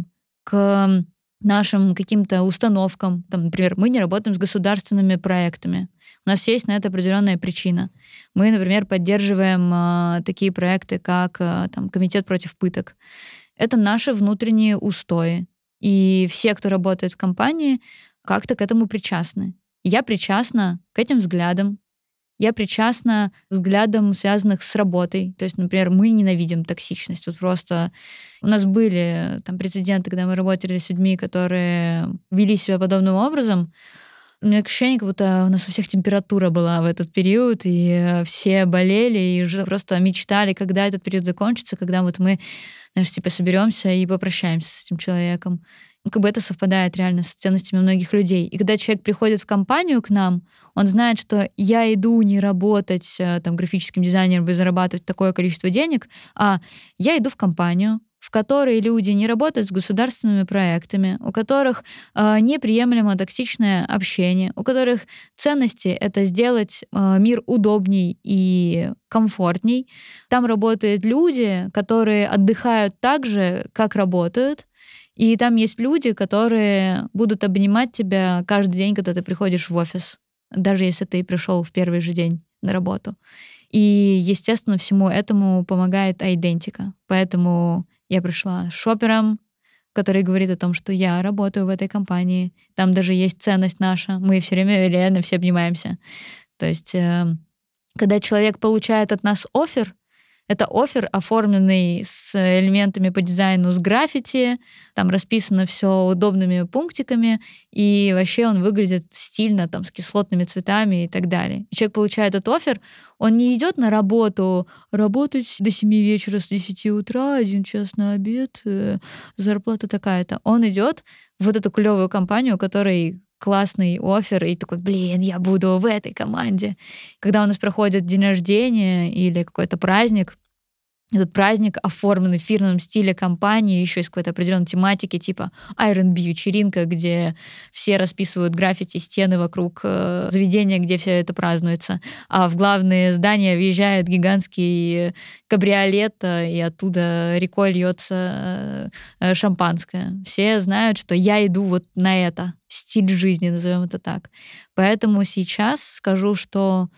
[SPEAKER 2] к нашим каким-то установкам. Там, например, мы не работаем с государственными проектами. У нас есть на это определенная причина. Мы, например, поддерживаем э, такие проекты, как э, там, Комитет против пыток. Это наши внутренние устои. И все, кто работает в компании, как-то к этому причастны. Я причастна к этим взглядам. Я причастна к взглядам, связанных с работой. То есть, например, мы ненавидим токсичность. Вот просто у нас были там прецеденты, когда мы работали с людьми, которые вели себя подобным образом. У меня ощущение, как будто у нас у всех температура была в этот период, и все болели, и уже просто мечтали, когда этот период закончится, когда вот мы, знаешь, типа соберемся и попрощаемся с этим человеком. Ну, как бы это совпадает реально с ценностями многих людей. И когда человек приходит в компанию к нам, он знает, что я иду не работать там, графическим дизайнером и зарабатывать такое количество денег, а я иду в компанию, в которой люди не работают с государственными проектами, у которых э, неприемлемо токсичное общение, у которых ценности — это сделать э, мир удобней и комфортней. Там работают люди, которые отдыхают так же, как работают, и там есть люди, которые будут обнимать тебя каждый день, когда ты приходишь в офис, даже если ты пришел в первый же день на работу. И, естественно, всему этому помогает айдентика. Поэтому я пришла с шопером, который говорит о том, что я работаю в этой компании. Там даже есть ценность наша. Мы все время реально все обнимаемся. То есть, э, когда человек получает от нас оффер, это оффер, оформленный с элементами по дизайну, с граффити, там расписано все удобными пунктиками, и вообще он выглядит стильно, там, с кислотными цветами и так далее. И человек получает этот оффер, он не идет на работу работать до семи вечера, с десяти утра, один час на обед, э, зарплата такая-то. Он идет в вот эту клевую компанию, у которой классный оффер, и такой, блин, я буду в этой команде. Когда у нас проходит день рождения или какой-то праздник, этот праздник оформленный в фирменном стиле компании, еще из какой-то определенной тематики, типа ар энд би-вечеринка, где все расписывают граффити, стены вокруг э, заведения, где все это празднуется. А в главные здания въезжает гигантский кабриолет, и оттуда рекой льется э, шампанское. Все знают, что я иду вот на это. Стиль жизни, назовем это так. Поэтому сейчас скажу, что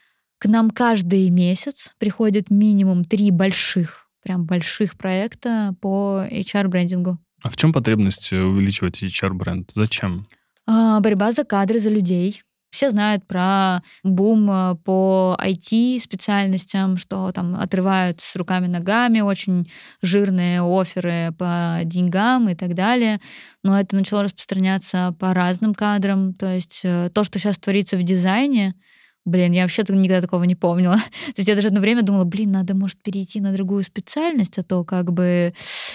[SPEAKER 2] к нам каждый месяц приходит минимум три больших, прям больших проекта по эйч ар-брендингу.
[SPEAKER 1] А в чем потребность увеличивать эйч ар-бренд? Зачем?
[SPEAKER 2] А, борьба за кадры, за людей. Все знают про бум по ай ти-специальностям, что там отрывают с руками-ногами, очень жирные офферы по деньгам и так далее. Но это начало распространяться по разным кадрам. То есть то, что сейчас творится в дизайне, блин, я вообще никогда такого не помнила. То есть я даже одно время думала, блин, надо, может, перейти на другую специальность, а то как бы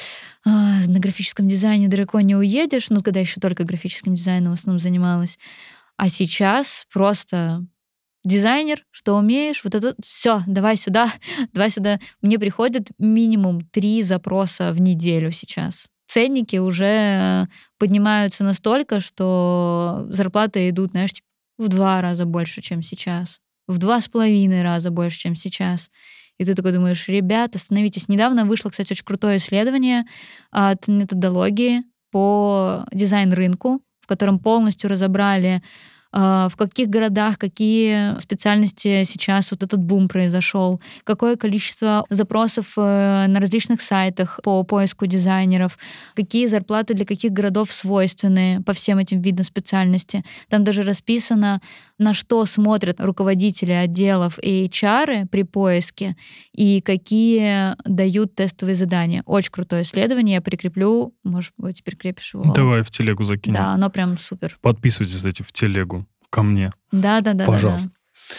[SPEAKER 2] а, на графическом дизайне далеко не уедешь. Ну, когда еще только графическим дизайном в основном занималась. А сейчас просто дизайнер, что умеешь, вот это все, давай сюда, давай сюда. Мне приходит минимум три запроса в неделю сейчас. Ценники уже поднимаются настолько, что зарплаты идут, знаешь, типа, в два раза больше, чем сейчас. В два с половиной раза больше, чем сейчас. И ты такой думаешь, ребята, остановитесь. Недавно вышло, кстати, очень крутое исследование от методологии по дизайн-рынку, в котором полностью разобрали, в каких городах какие специальности сейчас вот этот бум произошел, какое количество запросов на различных сайтах по поиску дизайнеров, какие зарплаты для каких городов свойственны по всем этим видам специальности. Там даже расписано, на что смотрят руководители отделов и эйч ар при поиске и какие дают тестовые задания. Очень крутое исследование, я прикреплю, может быть, прикрепишь его.
[SPEAKER 1] Давай в телегу закинем.
[SPEAKER 2] Да, оно прям супер.
[SPEAKER 1] Подписывайтесь, кстати, в телегу ко мне.
[SPEAKER 2] Да, да, да.
[SPEAKER 1] Пожалуйста.
[SPEAKER 2] Да, да.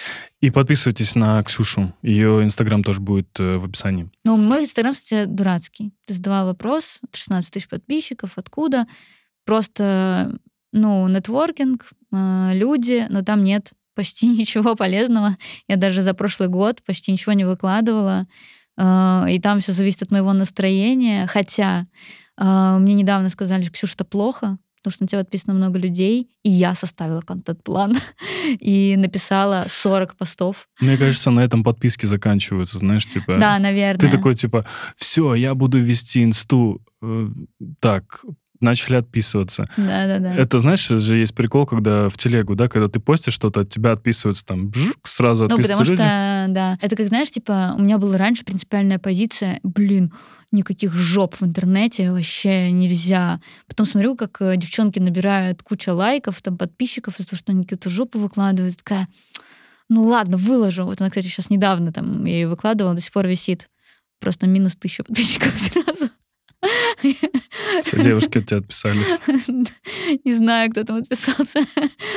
[SPEAKER 1] И подписывайтесь на Ксюшу. Ее Инстаграм тоже будет э, в описании.
[SPEAKER 2] Ну, мой Инстаграм, кстати, дурацкий. Ты задавал вопрос, шестнадцать тысяч подписчиков, откуда? Просто, ну, нетворкинг, э, люди, но там нет почти ничего полезного. Я даже за прошлый год почти ничего не выкладывала. Э, и там все зависит от моего настроения. Хотя э, мне недавно сказали, Ксюша, это плохо, потому что на тебя подписано много людей, и я составила контент-план и написала сорок постов.
[SPEAKER 1] Мне кажется, на этом подписки заканчиваются, знаешь, типа...
[SPEAKER 2] Да, наверное.
[SPEAKER 1] Ты такой, типа, все, я буду вести инсту. Э, так, начали отписываться.
[SPEAKER 2] Да-да-да.
[SPEAKER 1] Это, знаешь, же есть прикол, когда в телегу, да, когда ты постишь что-то, от тебя отписываются там, бжик, сразу
[SPEAKER 2] Ну,
[SPEAKER 1] отписываются
[SPEAKER 2] потому
[SPEAKER 1] люди.
[SPEAKER 2] что, да, это как, знаешь, типа, у меня была раньше принципиальная позиция, блин, никаких жоп в интернете вообще нельзя. Потом смотрю, как э, девчонки набирают кучу лайков, там, подписчиков из-за того, что они какую-то жопу выкладывают. Такая, ну ладно, выложу. Вот она, кстати, сейчас недавно там я ее выкладывала, до сих пор висит. Просто минус тысяча подписчиков сразу.
[SPEAKER 1] Все девушки от тебя отписались.
[SPEAKER 2] Не знаю, кто там отписался,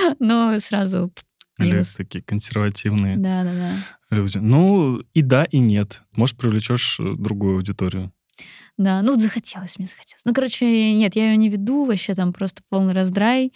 [SPEAKER 2] но сразу
[SPEAKER 1] Или
[SPEAKER 2] минус.
[SPEAKER 1] такие консервативные
[SPEAKER 2] Да-да-да.
[SPEAKER 1] люди. Ну, и да, и нет. Может, привлечешь э, другую аудиторию.
[SPEAKER 2] Да, ну вот захотелось, мне захотелось. Ну, короче, нет, я ее не веду, вообще там просто полный раздрай.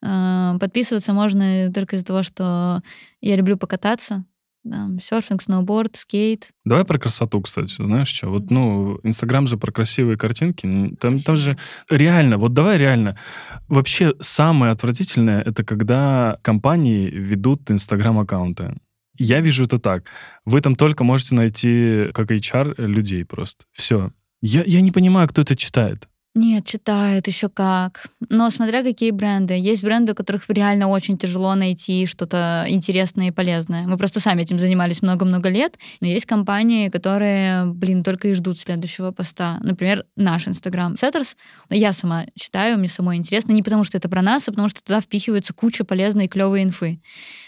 [SPEAKER 2] Э, Подписываться можно только из-за того, что я люблю покататься. Там, серфинг, сноуборд, скейт.
[SPEAKER 1] Давай про красоту, кстати. Знаешь что? Вот, ну, Инстаграм же про красивые картинки. Н- Там, там же реально, вот давай реально. Вообще самое отвратительное, это когда компании ведут Инстаграм-аккаунты. Я вижу это так. Вы там только можете найти, как эйч ар, людей просто. Все. Я, я не понимаю, кто это читает.
[SPEAKER 2] Нет, читает еще как. Но смотря какие бренды. Есть бренды, у которых реально очень тяжело найти что-то интересное и полезное. Мы просто сами этим занимались много-много лет. Но есть компании, которые, блин, только и ждут следующего поста. Например, наш Инстаграм Setters. Я сама читаю, мне самой интересно. Не потому, что это про нас, а потому, что туда впихивается куча полезной и клевой инфы.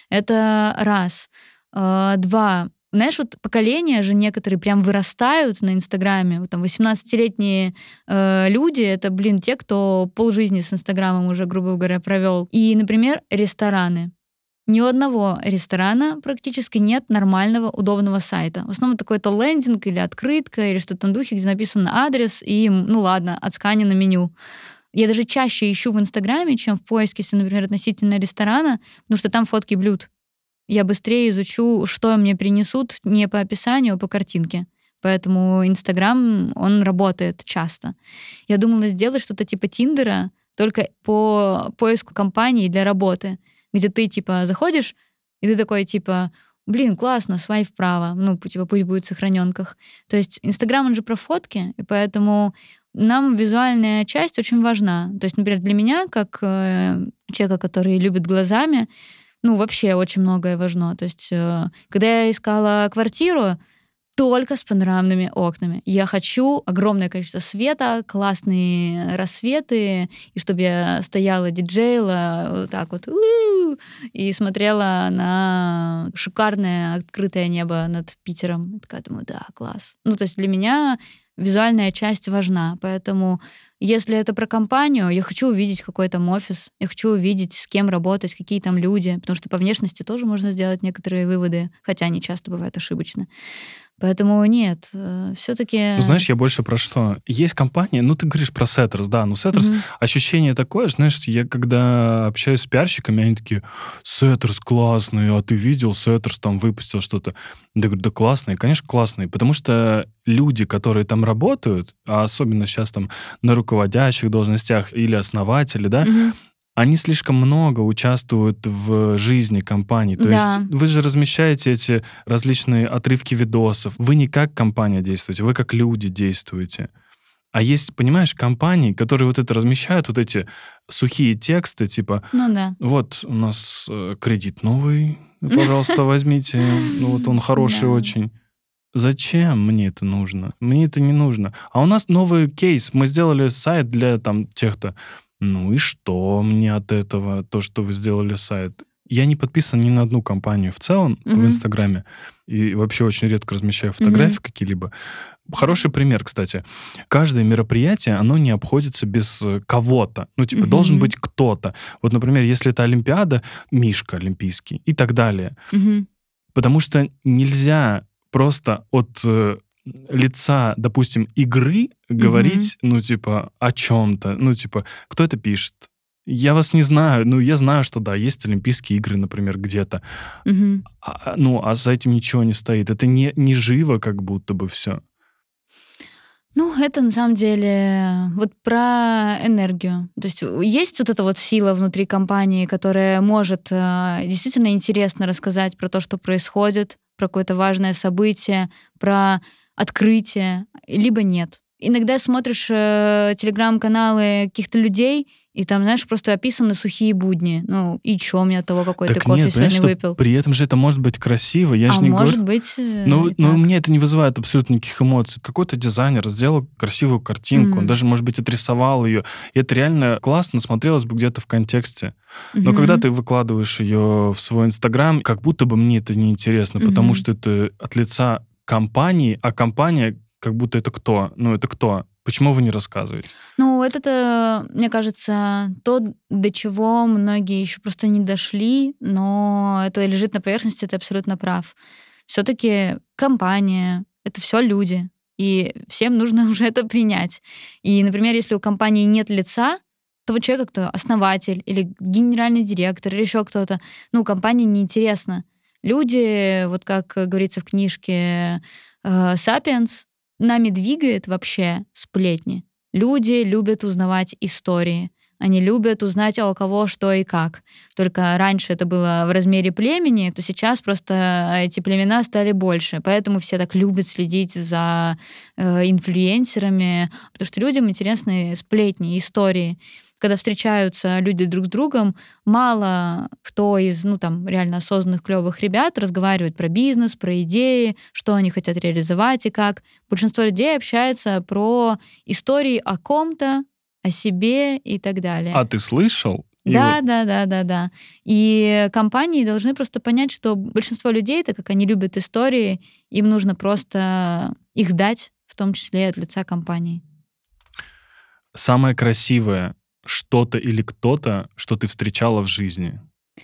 [SPEAKER 2] Это раз. Э, Два. Знаешь, вот поколения же некоторые прям вырастают на Инстаграме. Вот там восемнадцатилетние э, люди, это, блин, те, кто полжизни с Инстаграмом уже, грубо говоря, провел. И, например, рестораны. Ни у одного ресторана практически нет нормального, удобного сайта. В основном это какой-то лендинг или открытка, или что-то в духе, где написан адрес и, ну ладно, отсканено меню. Я даже чаще ищу в Инстаграме, чем в поиске, если, например, относительно ресторана, потому что там фотки блюд. Я быстрее изучу, что мне принесут не по описанию, а по картинке. Поэтому Инстаграм, он работает часто. Я думала сделать что-то типа Тиндера, только по поиску компаний для работы, где ты, типа, заходишь, и ты такой, типа, блин, классно, свайп вправо, ну, типа, пусть будет в сохраненках. То есть Инстаграм, он же про фотки, и поэтому нам визуальная часть очень важна. То есть, например, для меня, как э, человека, который любит глазами, ну, вообще очень многое важно. То есть, э, когда я искала квартиру, только с панорамными окнами. Я хочу огромное количество света, классные рассветы, и чтобы я стояла, диджеила вот так вот у-у-у, и смотрела на шикарное открытое небо над Питером. И такая думаю, да, класс. Ну, то есть для меня визуальная часть важна, поэтому если это про компанию, я хочу увидеть какой там офис, я хочу увидеть, с кем работать, какие там люди, потому что по внешности тоже можно сделать некоторые выводы, хотя они часто бывают ошибочны. Поэтому нет, все-таки...
[SPEAKER 1] Знаешь, я больше про что? Есть компания, ну, ты говоришь про Setters, да, ну, Setters,
[SPEAKER 2] Мгм.
[SPEAKER 1] ощущение такое, знаешь, я когда общаюсь с пиарщиками, они такие, Setters классный, а ты видел, Setters там выпустил что-то. Я говорю, да классный, конечно, классный, потому что люди, которые там работают, а особенно сейчас там на руководящих должностях или основатели, да,
[SPEAKER 2] Мгм.
[SPEAKER 1] они слишком много участвуют в жизни компании. То
[SPEAKER 2] Да.
[SPEAKER 1] есть вы же размещаете эти различные отрывки видосов. Вы не как компания действуете, вы как люди действуете. А есть, понимаешь, компании, которые вот это размещают, вот эти сухие тексты, типа,
[SPEAKER 2] Ну да.
[SPEAKER 1] вот у нас э, кредит новый, пожалуйста, возьмите. Ну вот он хороший
[SPEAKER 2] Да.
[SPEAKER 1] очень. Зачем мне это нужно? Мне это не нужно. А у нас новый кейс. Мы сделали сайт для там тех-то. Ну и что мне от этого, то, что вы сделали сайт? Я не подписан ни на одну компанию в целом в
[SPEAKER 2] Мгм.
[SPEAKER 1] Инстаграме. И вообще очень редко размещаю фотографии
[SPEAKER 2] Мгм.
[SPEAKER 1] какие-либо. Хороший пример, кстати. Каждое мероприятие, оно не обходится без э, кого-то. Ну, типа, должен
[SPEAKER 2] Мгм.
[SPEAKER 1] быть кто-то. Вот, например, если это Олимпиада, Мишка Олимпийский и так далее.
[SPEAKER 2] Мгм.
[SPEAKER 1] Потому что нельзя просто от э, лица, допустим, игры говорить,
[SPEAKER 2] Мгм.
[SPEAKER 1] ну, типа, о чем-то. Ну, типа, кто это пишет? Я вас не знаю. Ну, я знаю, что да, есть Олимпийские игры, например, где-то.
[SPEAKER 2] Мгм.
[SPEAKER 1] А, а, ну, а за этим ничего не стоит. Это не, не живо, как будто бы все.
[SPEAKER 2] Ну, это на самом деле вот про энергию. То есть у- есть вот эта вот сила внутри компании, которая может э, действительно интересно рассказать про то, что происходит, про какое-то важное событие, про открытие, либо нет. Иногда смотришь э, телеграм-каналы каких-то людей, и там, знаешь, просто описаны сухие будни. Ну, и чё мне от того, какой ты
[SPEAKER 1] Так
[SPEAKER 2] кофе
[SPEAKER 1] нет, понимаешь,
[SPEAKER 2] сегодня
[SPEAKER 1] что
[SPEAKER 2] выпил?
[SPEAKER 1] при этом же это может быть красиво. Я
[SPEAKER 2] А
[SPEAKER 1] же не говорю.
[SPEAKER 2] может быть э,
[SPEAKER 1] Ну,
[SPEAKER 2] и
[SPEAKER 1] ну,
[SPEAKER 2] так.
[SPEAKER 1] мне это не вызывает абсолютно никаких эмоций. Какой-то дизайнер сделал красивую картинку, он
[SPEAKER 2] М.
[SPEAKER 1] даже, может быть, отрисовал ее. И это реально классно смотрелось бы где-то в контексте. Но когда
[SPEAKER 2] Мгм.
[SPEAKER 1] ты выкладываешь ее в свой Инстаграм, как будто бы мне это неинтересно, потому
[SPEAKER 2] Мгм.
[SPEAKER 1] что это от лица компании, а компания как будто это кто? Ну, это кто? Почему вы не рассказываете?
[SPEAKER 2] Ну, вот это, мне кажется, то, до чего многие еще просто не дошли, но это лежит на поверхности, ты абсолютно прав. Все-таки компания — это все люди, и всем нужно уже это принять. И, например, если у компании нет лица, того человека, кто основатель или генеральный директор или еще кто-то, ну, компании неинтересно. Люди, вот как говорится в книжке э, «Сапиенс», нами двигает вообще сплетни. Люди любят узнавать истории. Они любят узнать, а у кого что и как. Только раньше это было в размере племени, то сейчас просто эти племена стали больше. Поэтому все так любят следить за э, инфлюенсерами, потому что людям интересны сплетни, истории. Когда встречаются люди друг с другом, мало кто из, ну, там, реально осознанных, клевых ребят разговаривает про бизнес, про идеи, что они хотят реализовать и как. Большинство людей общается про истории о ком-то, о себе и так далее.
[SPEAKER 1] А ты слышал? И вот
[SPEAKER 2] Да, да, да, да, да. И компании должны просто понять, что большинство людей, так как они любят истории, им нужно просто их дать, в том числе и от лица компании.
[SPEAKER 1] самое красивое что-то или кто-то, что ты встречала в жизни.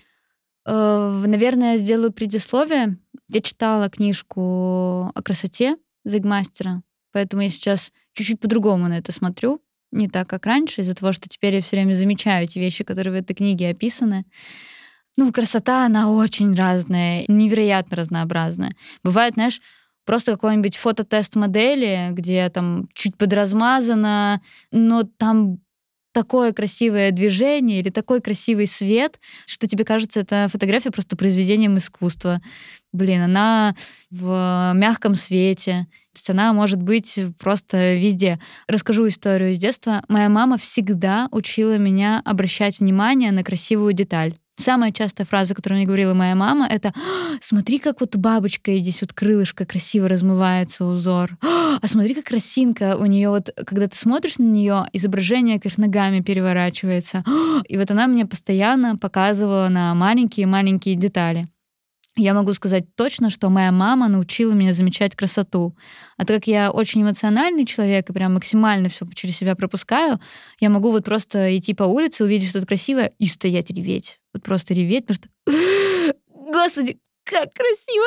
[SPEAKER 2] Э, Наверное, сделаю предисловие. Я читала книжку о красоте Зигмастера, поэтому я сейчас чуть-чуть по-другому на это смотрю. Не так, как раньше, из-за того, что теперь я все время замечаю эти вещи, которые в этой книге описаны. Ну, красота, она очень разная, невероятно разнообразная. Бывает, знаешь, просто какой-нибудь фототест модели, где там чуть подразмазано, но там такое красивое движение или такой красивый свет, что тебе кажется, эта фотография просто произведением искусства. Блин, она в мягком свете. То есть она может быть просто везде. Расскажу историю из детства. Моя мама всегда учила меня обращать внимание на красивую деталь. Самая частая фраза, которую мне говорила моя мама, это «А, смотри, как вот бабочка, и здесь вот крылышко красиво размывается узор. А смотри, как росинка у нее вот, когда ты смотришь на нее, изображение кверх ногами переворачивается. И вот она мне постоянно показывала на маленькие-маленькие детали. Я могу сказать точно, что моя мама научила меня замечать красоту. А так как я очень эмоциональный человек и прям максимально все через себя пропускаю, я могу вот просто идти по улице, увидеть что-то красивое и стоять реветь. Вот просто реветь, потому что Господи, как красиво!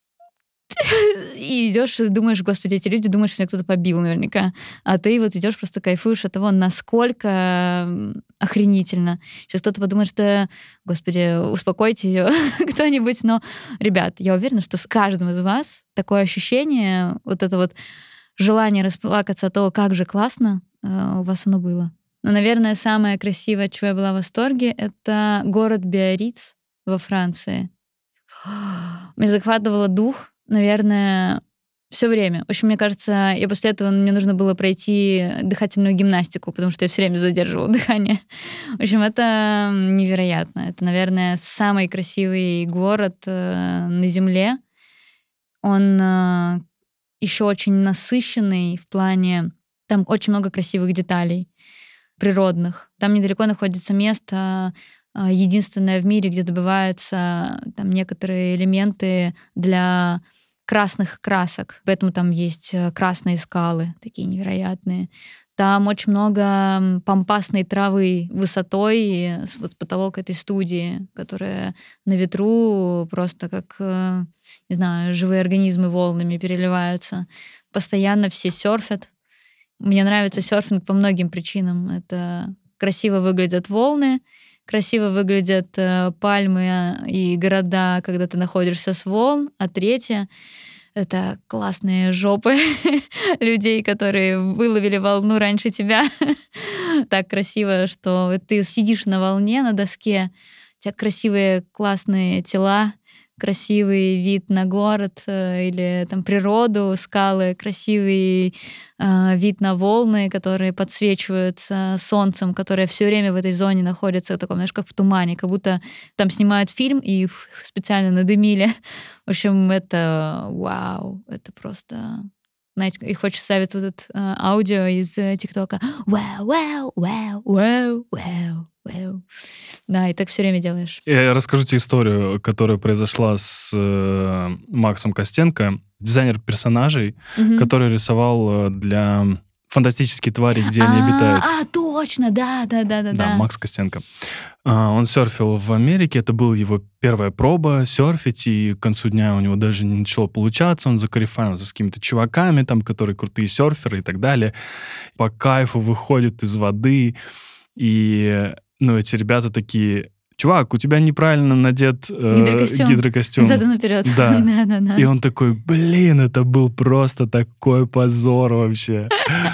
[SPEAKER 2] И идешь и думаешь, господи, эти люди думают, что меня кто-то побил наверняка. А ты вот идешь, просто кайфуешь от того, насколько м, охренительно. Сейчас кто-то подумает, что, господи, успокойте ее кто-нибудь. Но, ребят, я уверена, что с каждым из вас такое ощущение, вот это вот желание расплакаться от того, как же классно э, у вас оно было. Но, наверное, самое красивое, от чего я была в восторге, это город Биарриц во Франции. Меня захватывало дух, наверное, все время. В общем, мне кажется, я после этого мне нужно было пройти дыхательную гимнастику, потому что я все время задерживала дыхание. В общем, это невероятно. Это, наверное, самый красивый город э, на Земле. Он э, еще очень насыщенный в плане... Там очень много красивых деталей природных. Там недалеко находится место, а, единственное в мире, где добываются там некоторые элементы для красных красок. Поэтому там есть э, красные скалы, такие невероятные. Там очень много пампасной травы высотой, вот потолок этой студии, которая на ветру просто как, не знаю, живые организмы волнами переливаются. Постоянно все серфят. Мне нравится серфинг по многим причинам. Это красиво выглядят волны, красиво выглядят пальмы и города, когда ты находишься с волн. А третье — это классные жопы людей, которые выловили волну раньше тебя. Так красиво, что ты сидишь на волне, на доске, у тебя красивые, классные тела, красивый вид на город или там природу, скалы, красивый э, вид на волны, которые подсвечиваются солнцем, которое все время в этой зоне находится, таком, знаешь, как в тумане, как будто там снимают фильм и специально надымили. В общем, это вау, это просто... Знаете, и хочешь ставить вот это э, аудио из ТикТока. Вау, вау, вау, вау, вау, вау. Да, и так все время делаешь.
[SPEAKER 1] Я расскажу тебе историю, которая произошла с э, Максом Костенко, дизайнер персонажей, угу. который рисовал для «Фантастические твари», где они обитают.
[SPEAKER 2] А, точно, да, да, да, да.
[SPEAKER 1] Да, Макс Костенко. Он серфил в Америке, это была его первая проба серфить, и к концу дня у него даже не начало получаться, он закарифанился с какими-то чуваками, там, которые крутые серферы и так далее. По кайфу выходит из воды, и, ну, эти ребята такие: чувак, у тебя неправильно надет э, гидрокостюм. гидрокостюм.
[SPEAKER 2] Задом наперед.
[SPEAKER 1] Да.
[SPEAKER 2] да, да, да.
[SPEAKER 1] И он такой: блин, это был просто такой позор вообще.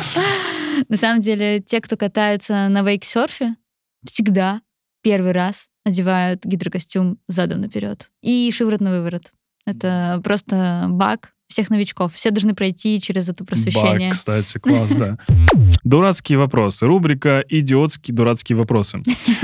[SPEAKER 2] На самом деле, те, кто катаются на вейксерфе, всегда первый раз надевают гидрокостюм задом наперед. И шиворот на выворот. Это просто баг всех новичков. Все должны пройти через это просвещение.
[SPEAKER 1] Баг, кстати, класс, да. Дурацкие вопросы. Рубрика «Идиотские дурацкие вопросы».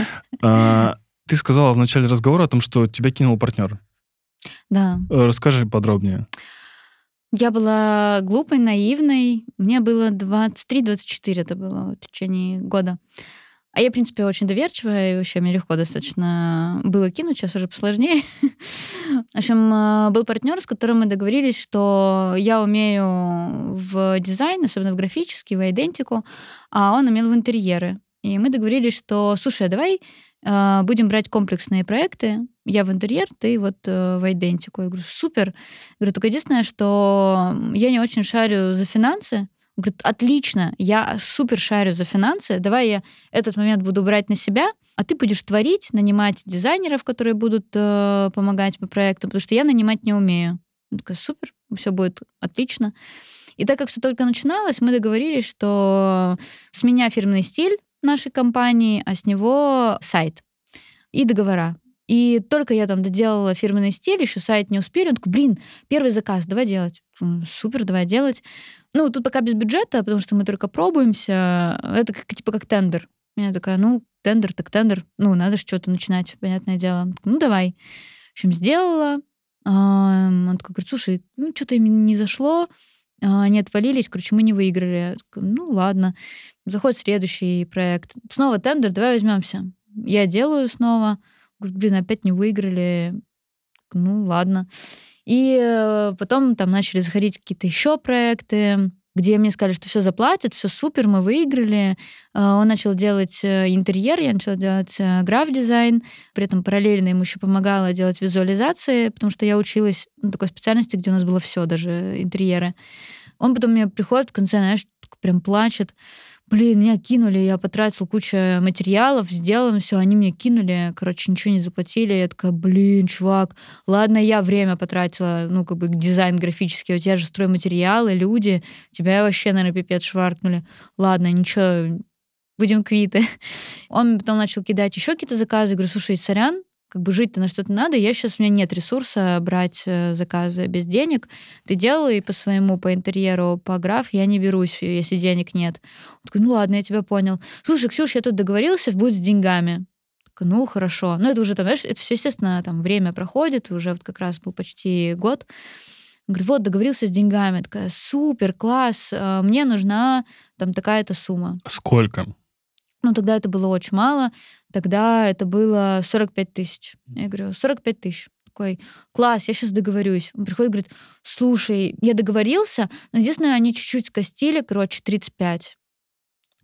[SPEAKER 1] Ты сказала в начале разговора о том, что тебя кинул партнер.
[SPEAKER 2] Да.
[SPEAKER 1] Расскажи подробнее.
[SPEAKER 2] Я была глупой, наивной. Мне было двадцать три двадцать четыре, это было в течение года. А я, в принципе, очень доверчивая, и вообще мне легко достаточно было кинуть, сейчас уже посложнее. В общем, был партнер, с которым мы договорились, что я умею в дизайн, особенно в графический, в идентику, а он умел в интерьеры. И мы договорились, что, слушай, давай э, будем брать комплексные проекты. Я в интерьер, ты вот э, в идентику. Я говорю, супер. Я говорю, только единственное, что я не очень шарю за финансы. Он говорит, отлично, я супер шарю за финансы. Давай я этот момент буду брать на себя, а ты будешь творить, нанимать дизайнеров, которые будут э, помогать по проекту, потому что я нанимать не умею. Он такой, супер, все будет отлично. И так как все только начиналось, мы договорились, что с меня фирменный стиль нашей компании, а с него сайт и договора. И только я там доделала фирменный стиль, еще сайт не успели. Он такой, блин, первый заказ, давай делать. Супер, давай делать. Ну, тут пока без бюджета, потому что мы только пробуемся. Это как, типа как тендер. Я такая, ну, тендер, так тендер. Ну, надо же что-то начинать, понятное дело. Такой, ну, давай. В общем, сделала. Он такой говорит, слушай, ну, что-то им не зашло. Они отвалились, короче, мы не выиграли. Я такая, ну, ладно. Заходит следующий проект. Снова тендер, давай возьмемся. Я делаю снова. Говорю, блин, опять не выиграли. Ну, ладно. И потом там начали заходить какие-то еще проекты, где мне сказали, что все заплатят, все супер, мы выиграли. Он начал делать интерьер, я начала делать граф-дизайн. При этом параллельно ему еще помогала делать визуализации, потому что я училась на такой специальности, где у нас было все, даже интерьеры. Он потом мне приходит в конце, знаешь, прям плачет. Блин, меня кинули, я потратил кучу материалов, сделано все, они мне кинули, короче, ничего не заплатили. Я такая, блин, чувак, ладно, я время потратила, ну, как бы дизайн графический, у тебя же стройматериалы, люди, тебя вообще, наверное, пипец шваркнули. Ладно, ничего, будем квиты. Он потом начал кидать еще какие-то заказы, говорю, слушай, сорян, как бы жить-то на что-то надо, я сейчас, у меня нет ресурса брать заказы без денег. Ты делай по своему, по интерьеру, по граф, я не берусь, если денег нет. Он такой, ну ладно, я тебя понял. Слушай, Ксюш, я тут договорился, будет с деньгами. Такой, ну хорошо. Ну это уже, там, знаешь, это все, естественно, там время проходит, уже вот как раз был почти год. Он говорит, вот, договорился с деньгами. Я такая, супер, класс, мне нужна там такая-то сумма.
[SPEAKER 1] Сколько?
[SPEAKER 2] Ну, тогда это было очень мало. Тогда это было сорок пять тысяч. Я говорю, сорок пять тысяч. Такой, класс, я сейчас договорюсь. Он приходит и говорит, слушай, я договорился, но единственное, они чуть-чуть скостили, короче, тридцать пять.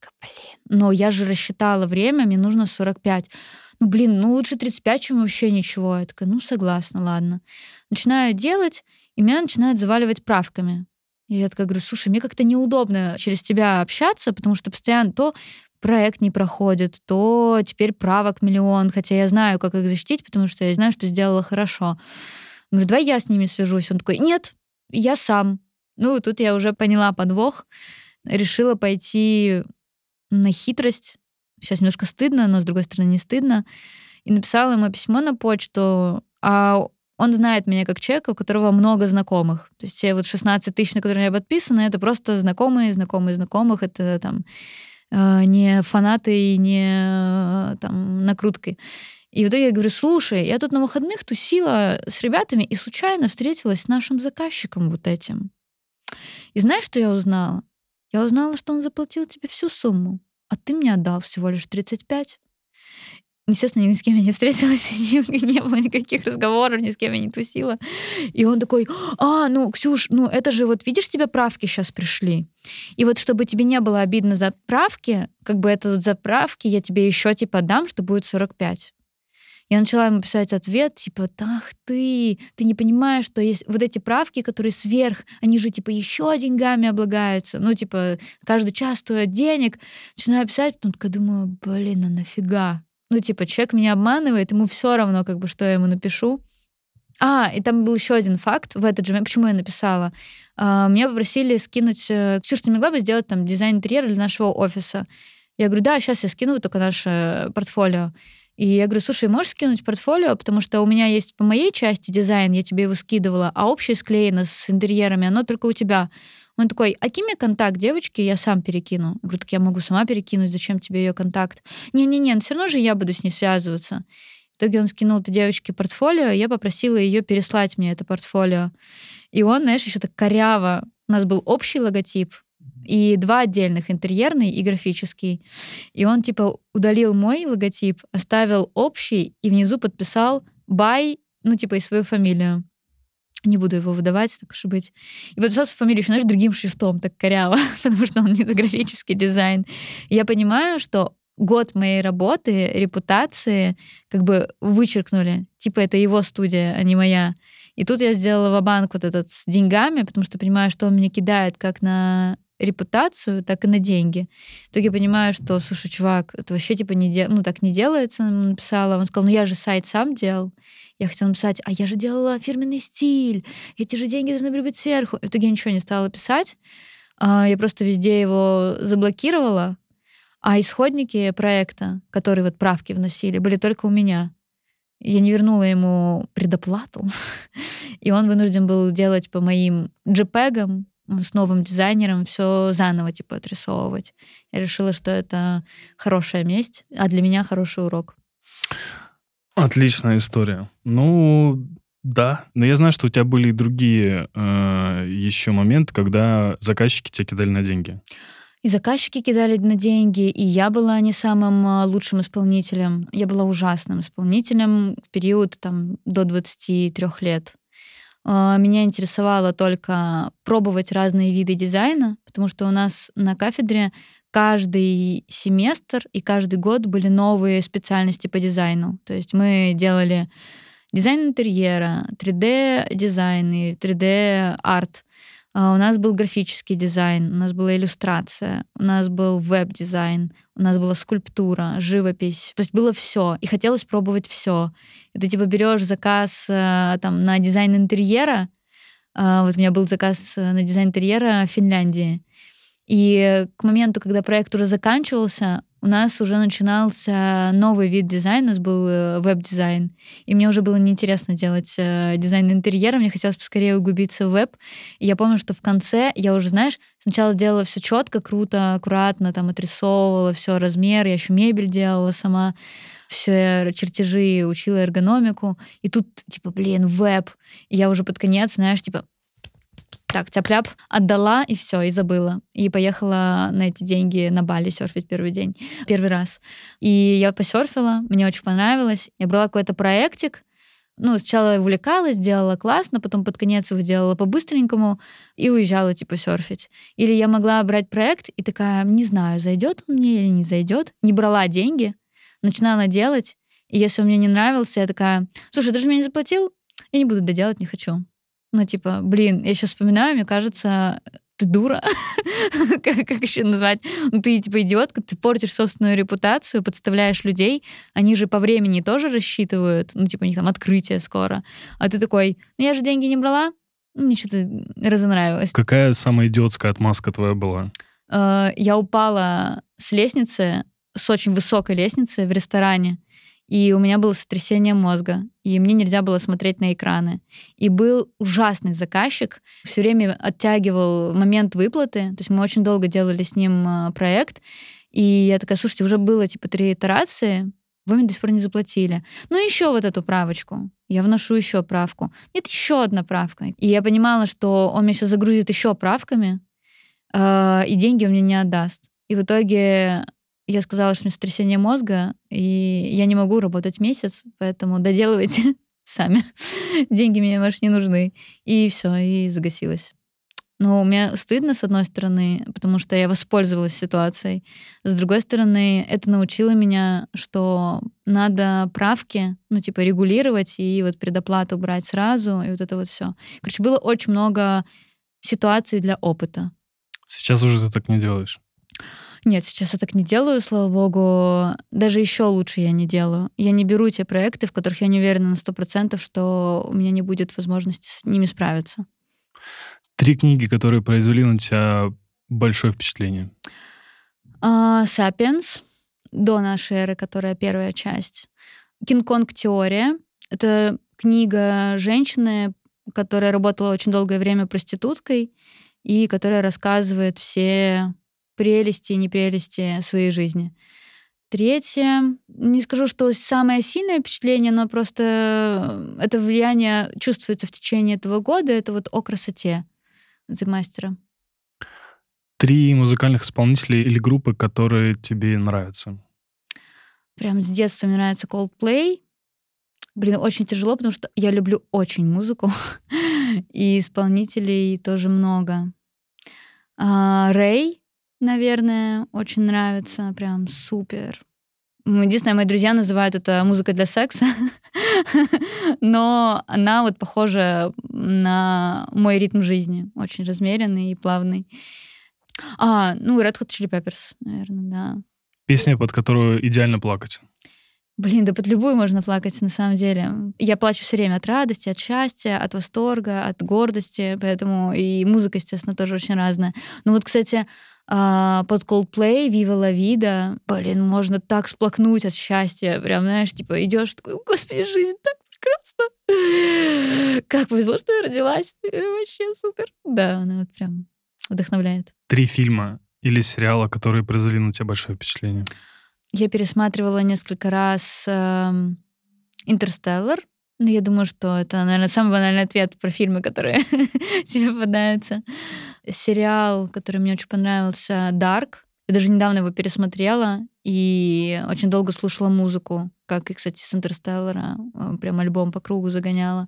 [SPEAKER 2] такая, блин, но я же рассчитала время, мне нужно сорок пять. Ну, блин, ну лучше тридцать пять, чем вообще ничего. Я такая, ну, согласна, ладно. Начинаю делать, и меня начинают заваливать правками. И я такая говорю, слушай, мне как-то неудобно через тебя общаться, потому что постоянно то проект не проходит, то теперь правок миллион, хотя я знаю, как их защитить, потому что я знаю, что сделала хорошо. Я говорю, давай я с ними свяжусь. Он такой, нет, я сам. Ну, тут я уже поняла подвох, решила пойти на хитрость. Сейчас немножко стыдно, но, с другой стороны, не стыдно. И написала ему письмо на почту, а он знает меня как человека, у которого много знакомых. То есть все вот шестнадцать тысяч, на которые я подписана, это просто знакомые, знакомые знакомых. Это там э, не фанаты и не э, там накрутки. И в итоге я говорю, слушай, я тут на выходных тусила с ребятами и случайно встретилась с нашим заказчиком вот этим. И знаешь, что я узнала? Я узнала, что он заплатил тебе всю сумму, а ты мне отдал всего лишь тридцать пять. Естественно, ни с кем я не встретилась, не было никаких разговоров, ни с кем я не тусила. И он такой, а, ну, Ксюш, ну это же вот, видишь, тебе правки сейчас пришли. И вот чтобы тебе не было обидно за правки, как бы это вот за правки я тебе еще типа дам, что будет сорок пять. Я начала ему писать ответ, типа, ах ты, ты не понимаешь, что есть вот эти правки, которые сверх, они же, типа, еще деньгами облагаются, ну, типа, каждый час стоит денег. Начинаю писать, потом такая думаю, блин, а нафига? Ну, типа, человек меня обманывает, ему все равно, как бы, что я ему напишу. А, и там был еще один факт в этот же момент. Почему я написала? А, меня попросили скинуть... Ксюша, ты не могла бы сделать там дизайн интерьера для нашего офиса? Я говорю, да, сейчас я скину только наше портфолио. И я говорю, слушай, можешь скинуть портфолио, потому что у меня есть по моей части дизайн, я тебе его скидывала, а общее склеено с интерьерами, оно только у тебя. Он такой, а кинь мне контакт девочки, я сам перекину. Я говорю, так я могу сама перекинуть, зачем тебе ее контакт? Не-не-не, все равно же я буду с ней связываться. В итоге он скинул этой девочке портфолио, я попросила ее переслать мне это портфолио. И он, знаешь, еще так коряво. У нас был общий логотип, и два отдельных, интерьерный и графический. И он, типа, удалил мой логотип, оставил общий и внизу подписал «by», ну, типа, и свою фамилию. Не буду его выдавать, так уж и быть. И подписал свою фамилию еще, знаешь, другим шрифтом, так коряво, потому что он не за графический дизайн. И я понимаю, что год моей работы, репутации как бы вычеркнули. Типа, это его студия, а не моя. И тут я сделала ва-банк вот этот с деньгами, потому что понимаю, что он меня кидает как на репутацию, так и на деньги. В итоге я понимаю, что, слушай, чувак, это вообще типа не дел... ну так не делается, написала. Он сказал, ну я же сайт сам делал. Я хотела написать, а я же делала фирменный стиль, эти же деньги должны были быть сверху. И в итоге я ничего не стала писать. Я просто везде его заблокировала, а исходники проекта, которые вот правки вносили, были только у меня. Я не вернула ему предоплату, и он вынужден был делать по моим джепегам, с новым дизайнером все заново типа отрисовывать. Я решила, что это хорошая месть, а для меня хороший урок.
[SPEAKER 1] Отличная история. Ну, да. Но я знаю, что у тебя были и другие э, еще моменты, когда заказчики тебя кидали на деньги.
[SPEAKER 2] И заказчики кидали на деньги, и я была не самым лучшим исполнителем. Я была ужасным исполнителем в период там, до двадцати трёх лет. Меня интересовало только пробовать разные виды дизайна, потому что у нас на кафедре каждый семестр и каждый год были новые специальности по дизайну. То есть мы делали дизайн интерьера, три дэ-дизайн и три дэ-арт. У нас был графический дизайн, у нас была иллюстрация, у нас был веб-дизайн, у нас была скульптура, живопись. То есть было все, и хотелось пробовать все. И ты типа берешь заказ там, на дизайн интерьера. Вот у меня был заказ на дизайн интерьера в Финляндии. И к моменту, когда проект уже заканчивался, у нас уже начинался новый вид дизайна, у нас был веб-дизайн. И мне уже было неинтересно делать дизайн интерьера, мне хотелось поскорее углубиться в веб. И я помню, что в конце я уже, знаешь, сначала делала все четко, круто, аккуратно, там отрисовывала все размеры, я еще мебель делала сама, все чертежи, учила эргономику. И тут, типа, блин, веб. И я уже под конец, знаешь, типа, так, тяп-ляп, отдала, и все, и забыла. И поехала на эти деньги на Бали серфить первый день, первый раз. И я посерфила, мне очень понравилось. Я брала какой-то проектик, Ну, сначала увлекалась, делала классно, потом под конец его делала по-быстренькому и уезжала, типа, серфить. Или я могла брать проект и такая, не знаю, зайдет он мне или не зайдет. Не брала деньги, начинала делать. И если он мне не нравился, я такая, слушай, ты же мне не заплатил? Я не буду доделать, не хочу. Ну, типа, блин, я сейчас вспоминаю, мне кажется, ты дура. как, как еще назвать? Ну, ты, типа, идиотка, ты портишь собственную репутацию, подставляешь людей. Они же по времени тоже рассчитывают. Ну, типа, у них там открытие скоро. А ты такой, ну, я же деньги не брала. Мне что-то разонравилось.
[SPEAKER 1] Какая самая идиотская отмазка твоя была?
[SPEAKER 2] Э, Я упала с лестницы, с очень высокой лестницы в ресторане. И у меня было сотрясение мозга, и мне нельзя было смотреть на экраны. И был ужасный заказчик, все время оттягивал момент выплаты, то есть мы очень долго делали с ним э, проект, и я такая, слушайте, уже было типа три итерации, вы мне до сих пор не заплатили. Ну еще вот эту правочку. Я вношу еще правку. Нет, еще одна правка. И я понимала, что он меня сейчас загрузит еще правками, э, и деньги он мне не отдаст. И в итоге я сказала, что у меня сотрясение мозга, и я не могу работать месяц, поэтому доделывайте сами. Деньги мне ваши не нужны. И все, и загасилась. Но мне стыдно, с одной стороны, потому что я воспользовалась ситуацией. С другой стороны, это научило меня, что надо правки, ну, типа, регулировать и вот предоплату брать сразу, и вот это вот все. Короче, было очень много ситуаций для опыта.
[SPEAKER 1] Сейчас уже ты так не делаешь?
[SPEAKER 2] Нет, сейчас я так не делаю, слава богу. Даже еще лучше я не делаю. Я не беру те проекты, в которых я не уверена на сто процентов, что у меня не будет возможности с ними справиться.
[SPEAKER 1] Три книги, которые произвели на тебя большое впечатление.
[SPEAKER 2] «Сапиенс», до нашей эры, которая первая часть. «Кинг-Конг. Теория». Это книга женщины, которая работала очень долгое время проституткой и которая рассказывает все прелести и непрелести своей жизни. Третье. Не скажу, что самое сильное впечатление, но просто это влияние чувствуется в течение этого года. Это вот «О красоте» The Master.
[SPEAKER 1] Три музыкальных исполнителя или группы, которые тебе нравятся?
[SPEAKER 2] Прям с детства мне нравится Coldplay. Блин, очень тяжело, потому что я люблю очень музыку. И исполнителей тоже много. Рэй, наверное, очень нравится, прям супер. Единственное, мои друзья называют это музыкой для секса, но она вот похожа на мой ритм жизни, очень размеренный и плавный. А, ну, Red Hot Chili Peppers, наверное, да.
[SPEAKER 1] Песня, под которую идеально плакать?
[SPEAKER 2] Блин, да под любую можно плакать, на самом деле. Я плачу все время от радости, от счастья, от восторга, от гордости, поэтому и музыка, естественно, тоже очень разная. Ну вот, кстати, под Coldplay, Viva La Vida, блин, можно так сплакнуть от счастья. Прям, знаешь, типа идешь такой, господи, жизнь так прекрасна. Как повезло, что я родилась. Вообще супер. Да, она вот прям вдохновляет.
[SPEAKER 1] Три фильма или сериала, которые произвели на тебя большое впечатление?
[SPEAKER 2] Я пересматривала несколько раз «Интерстеллар». Ну, я думаю, что это, наверное, самый банальный ответ про фильмы, которые тебе попадаются. Сериал, который мне очень понравился, «Дарк». Я даже недавно его пересмотрела и очень долго слушала музыку, как и, кстати, с «Интерстеллара». Прям альбом по кругу загоняла.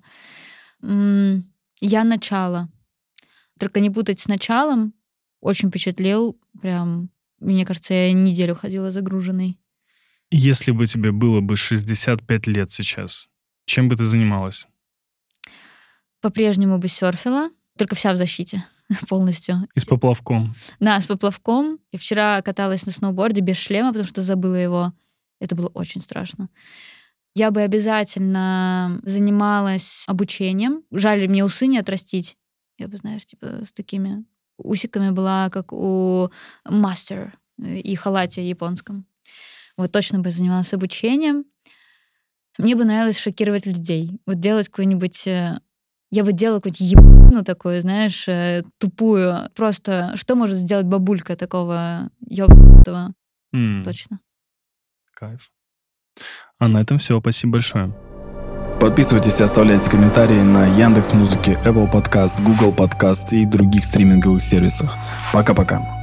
[SPEAKER 2] «Я начало». Только не путать с «Началом». Очень впечатлил. Прям, мне кажется, я неделю ходила загруженной.
[SPEAKER 1] Если бы тебе было бы шестьдесят пять лет сейчас, чем бы ты занималась?
[SPEAKER 2] По-прежнему бы серфила, только вся в защите полностью.
[SPEAKER 1] И с поплавком?
[SPEAKER 2] Да, с поплавком. Я вчера каталась на сноуборде без шлема, потому что забыла его. Это было очень страшно. Я бы обязательно занималась обучением. Жаль, мне усы не отрастить. Я бы, знаешь, типа с такими усиками была, как у мастер и халате японском. Вот точно бы занималась обучением. Мне бы нравилось шокировать людей. Вот делать какой-нибудь... Я бы делала какую-нибудь ебану такую, знаешь, тупую. Просто что может сделать бабулька такого ебаного? Mm. Точно.
[SPEAKER 1] Кайф. А на этом все. Спасибо большое. Подписывайтесь и оставляйте комментарии на Яндекс.Музыке, Apple Podcast, Google Podcast и других стриминговых сервисах. Пока-пока.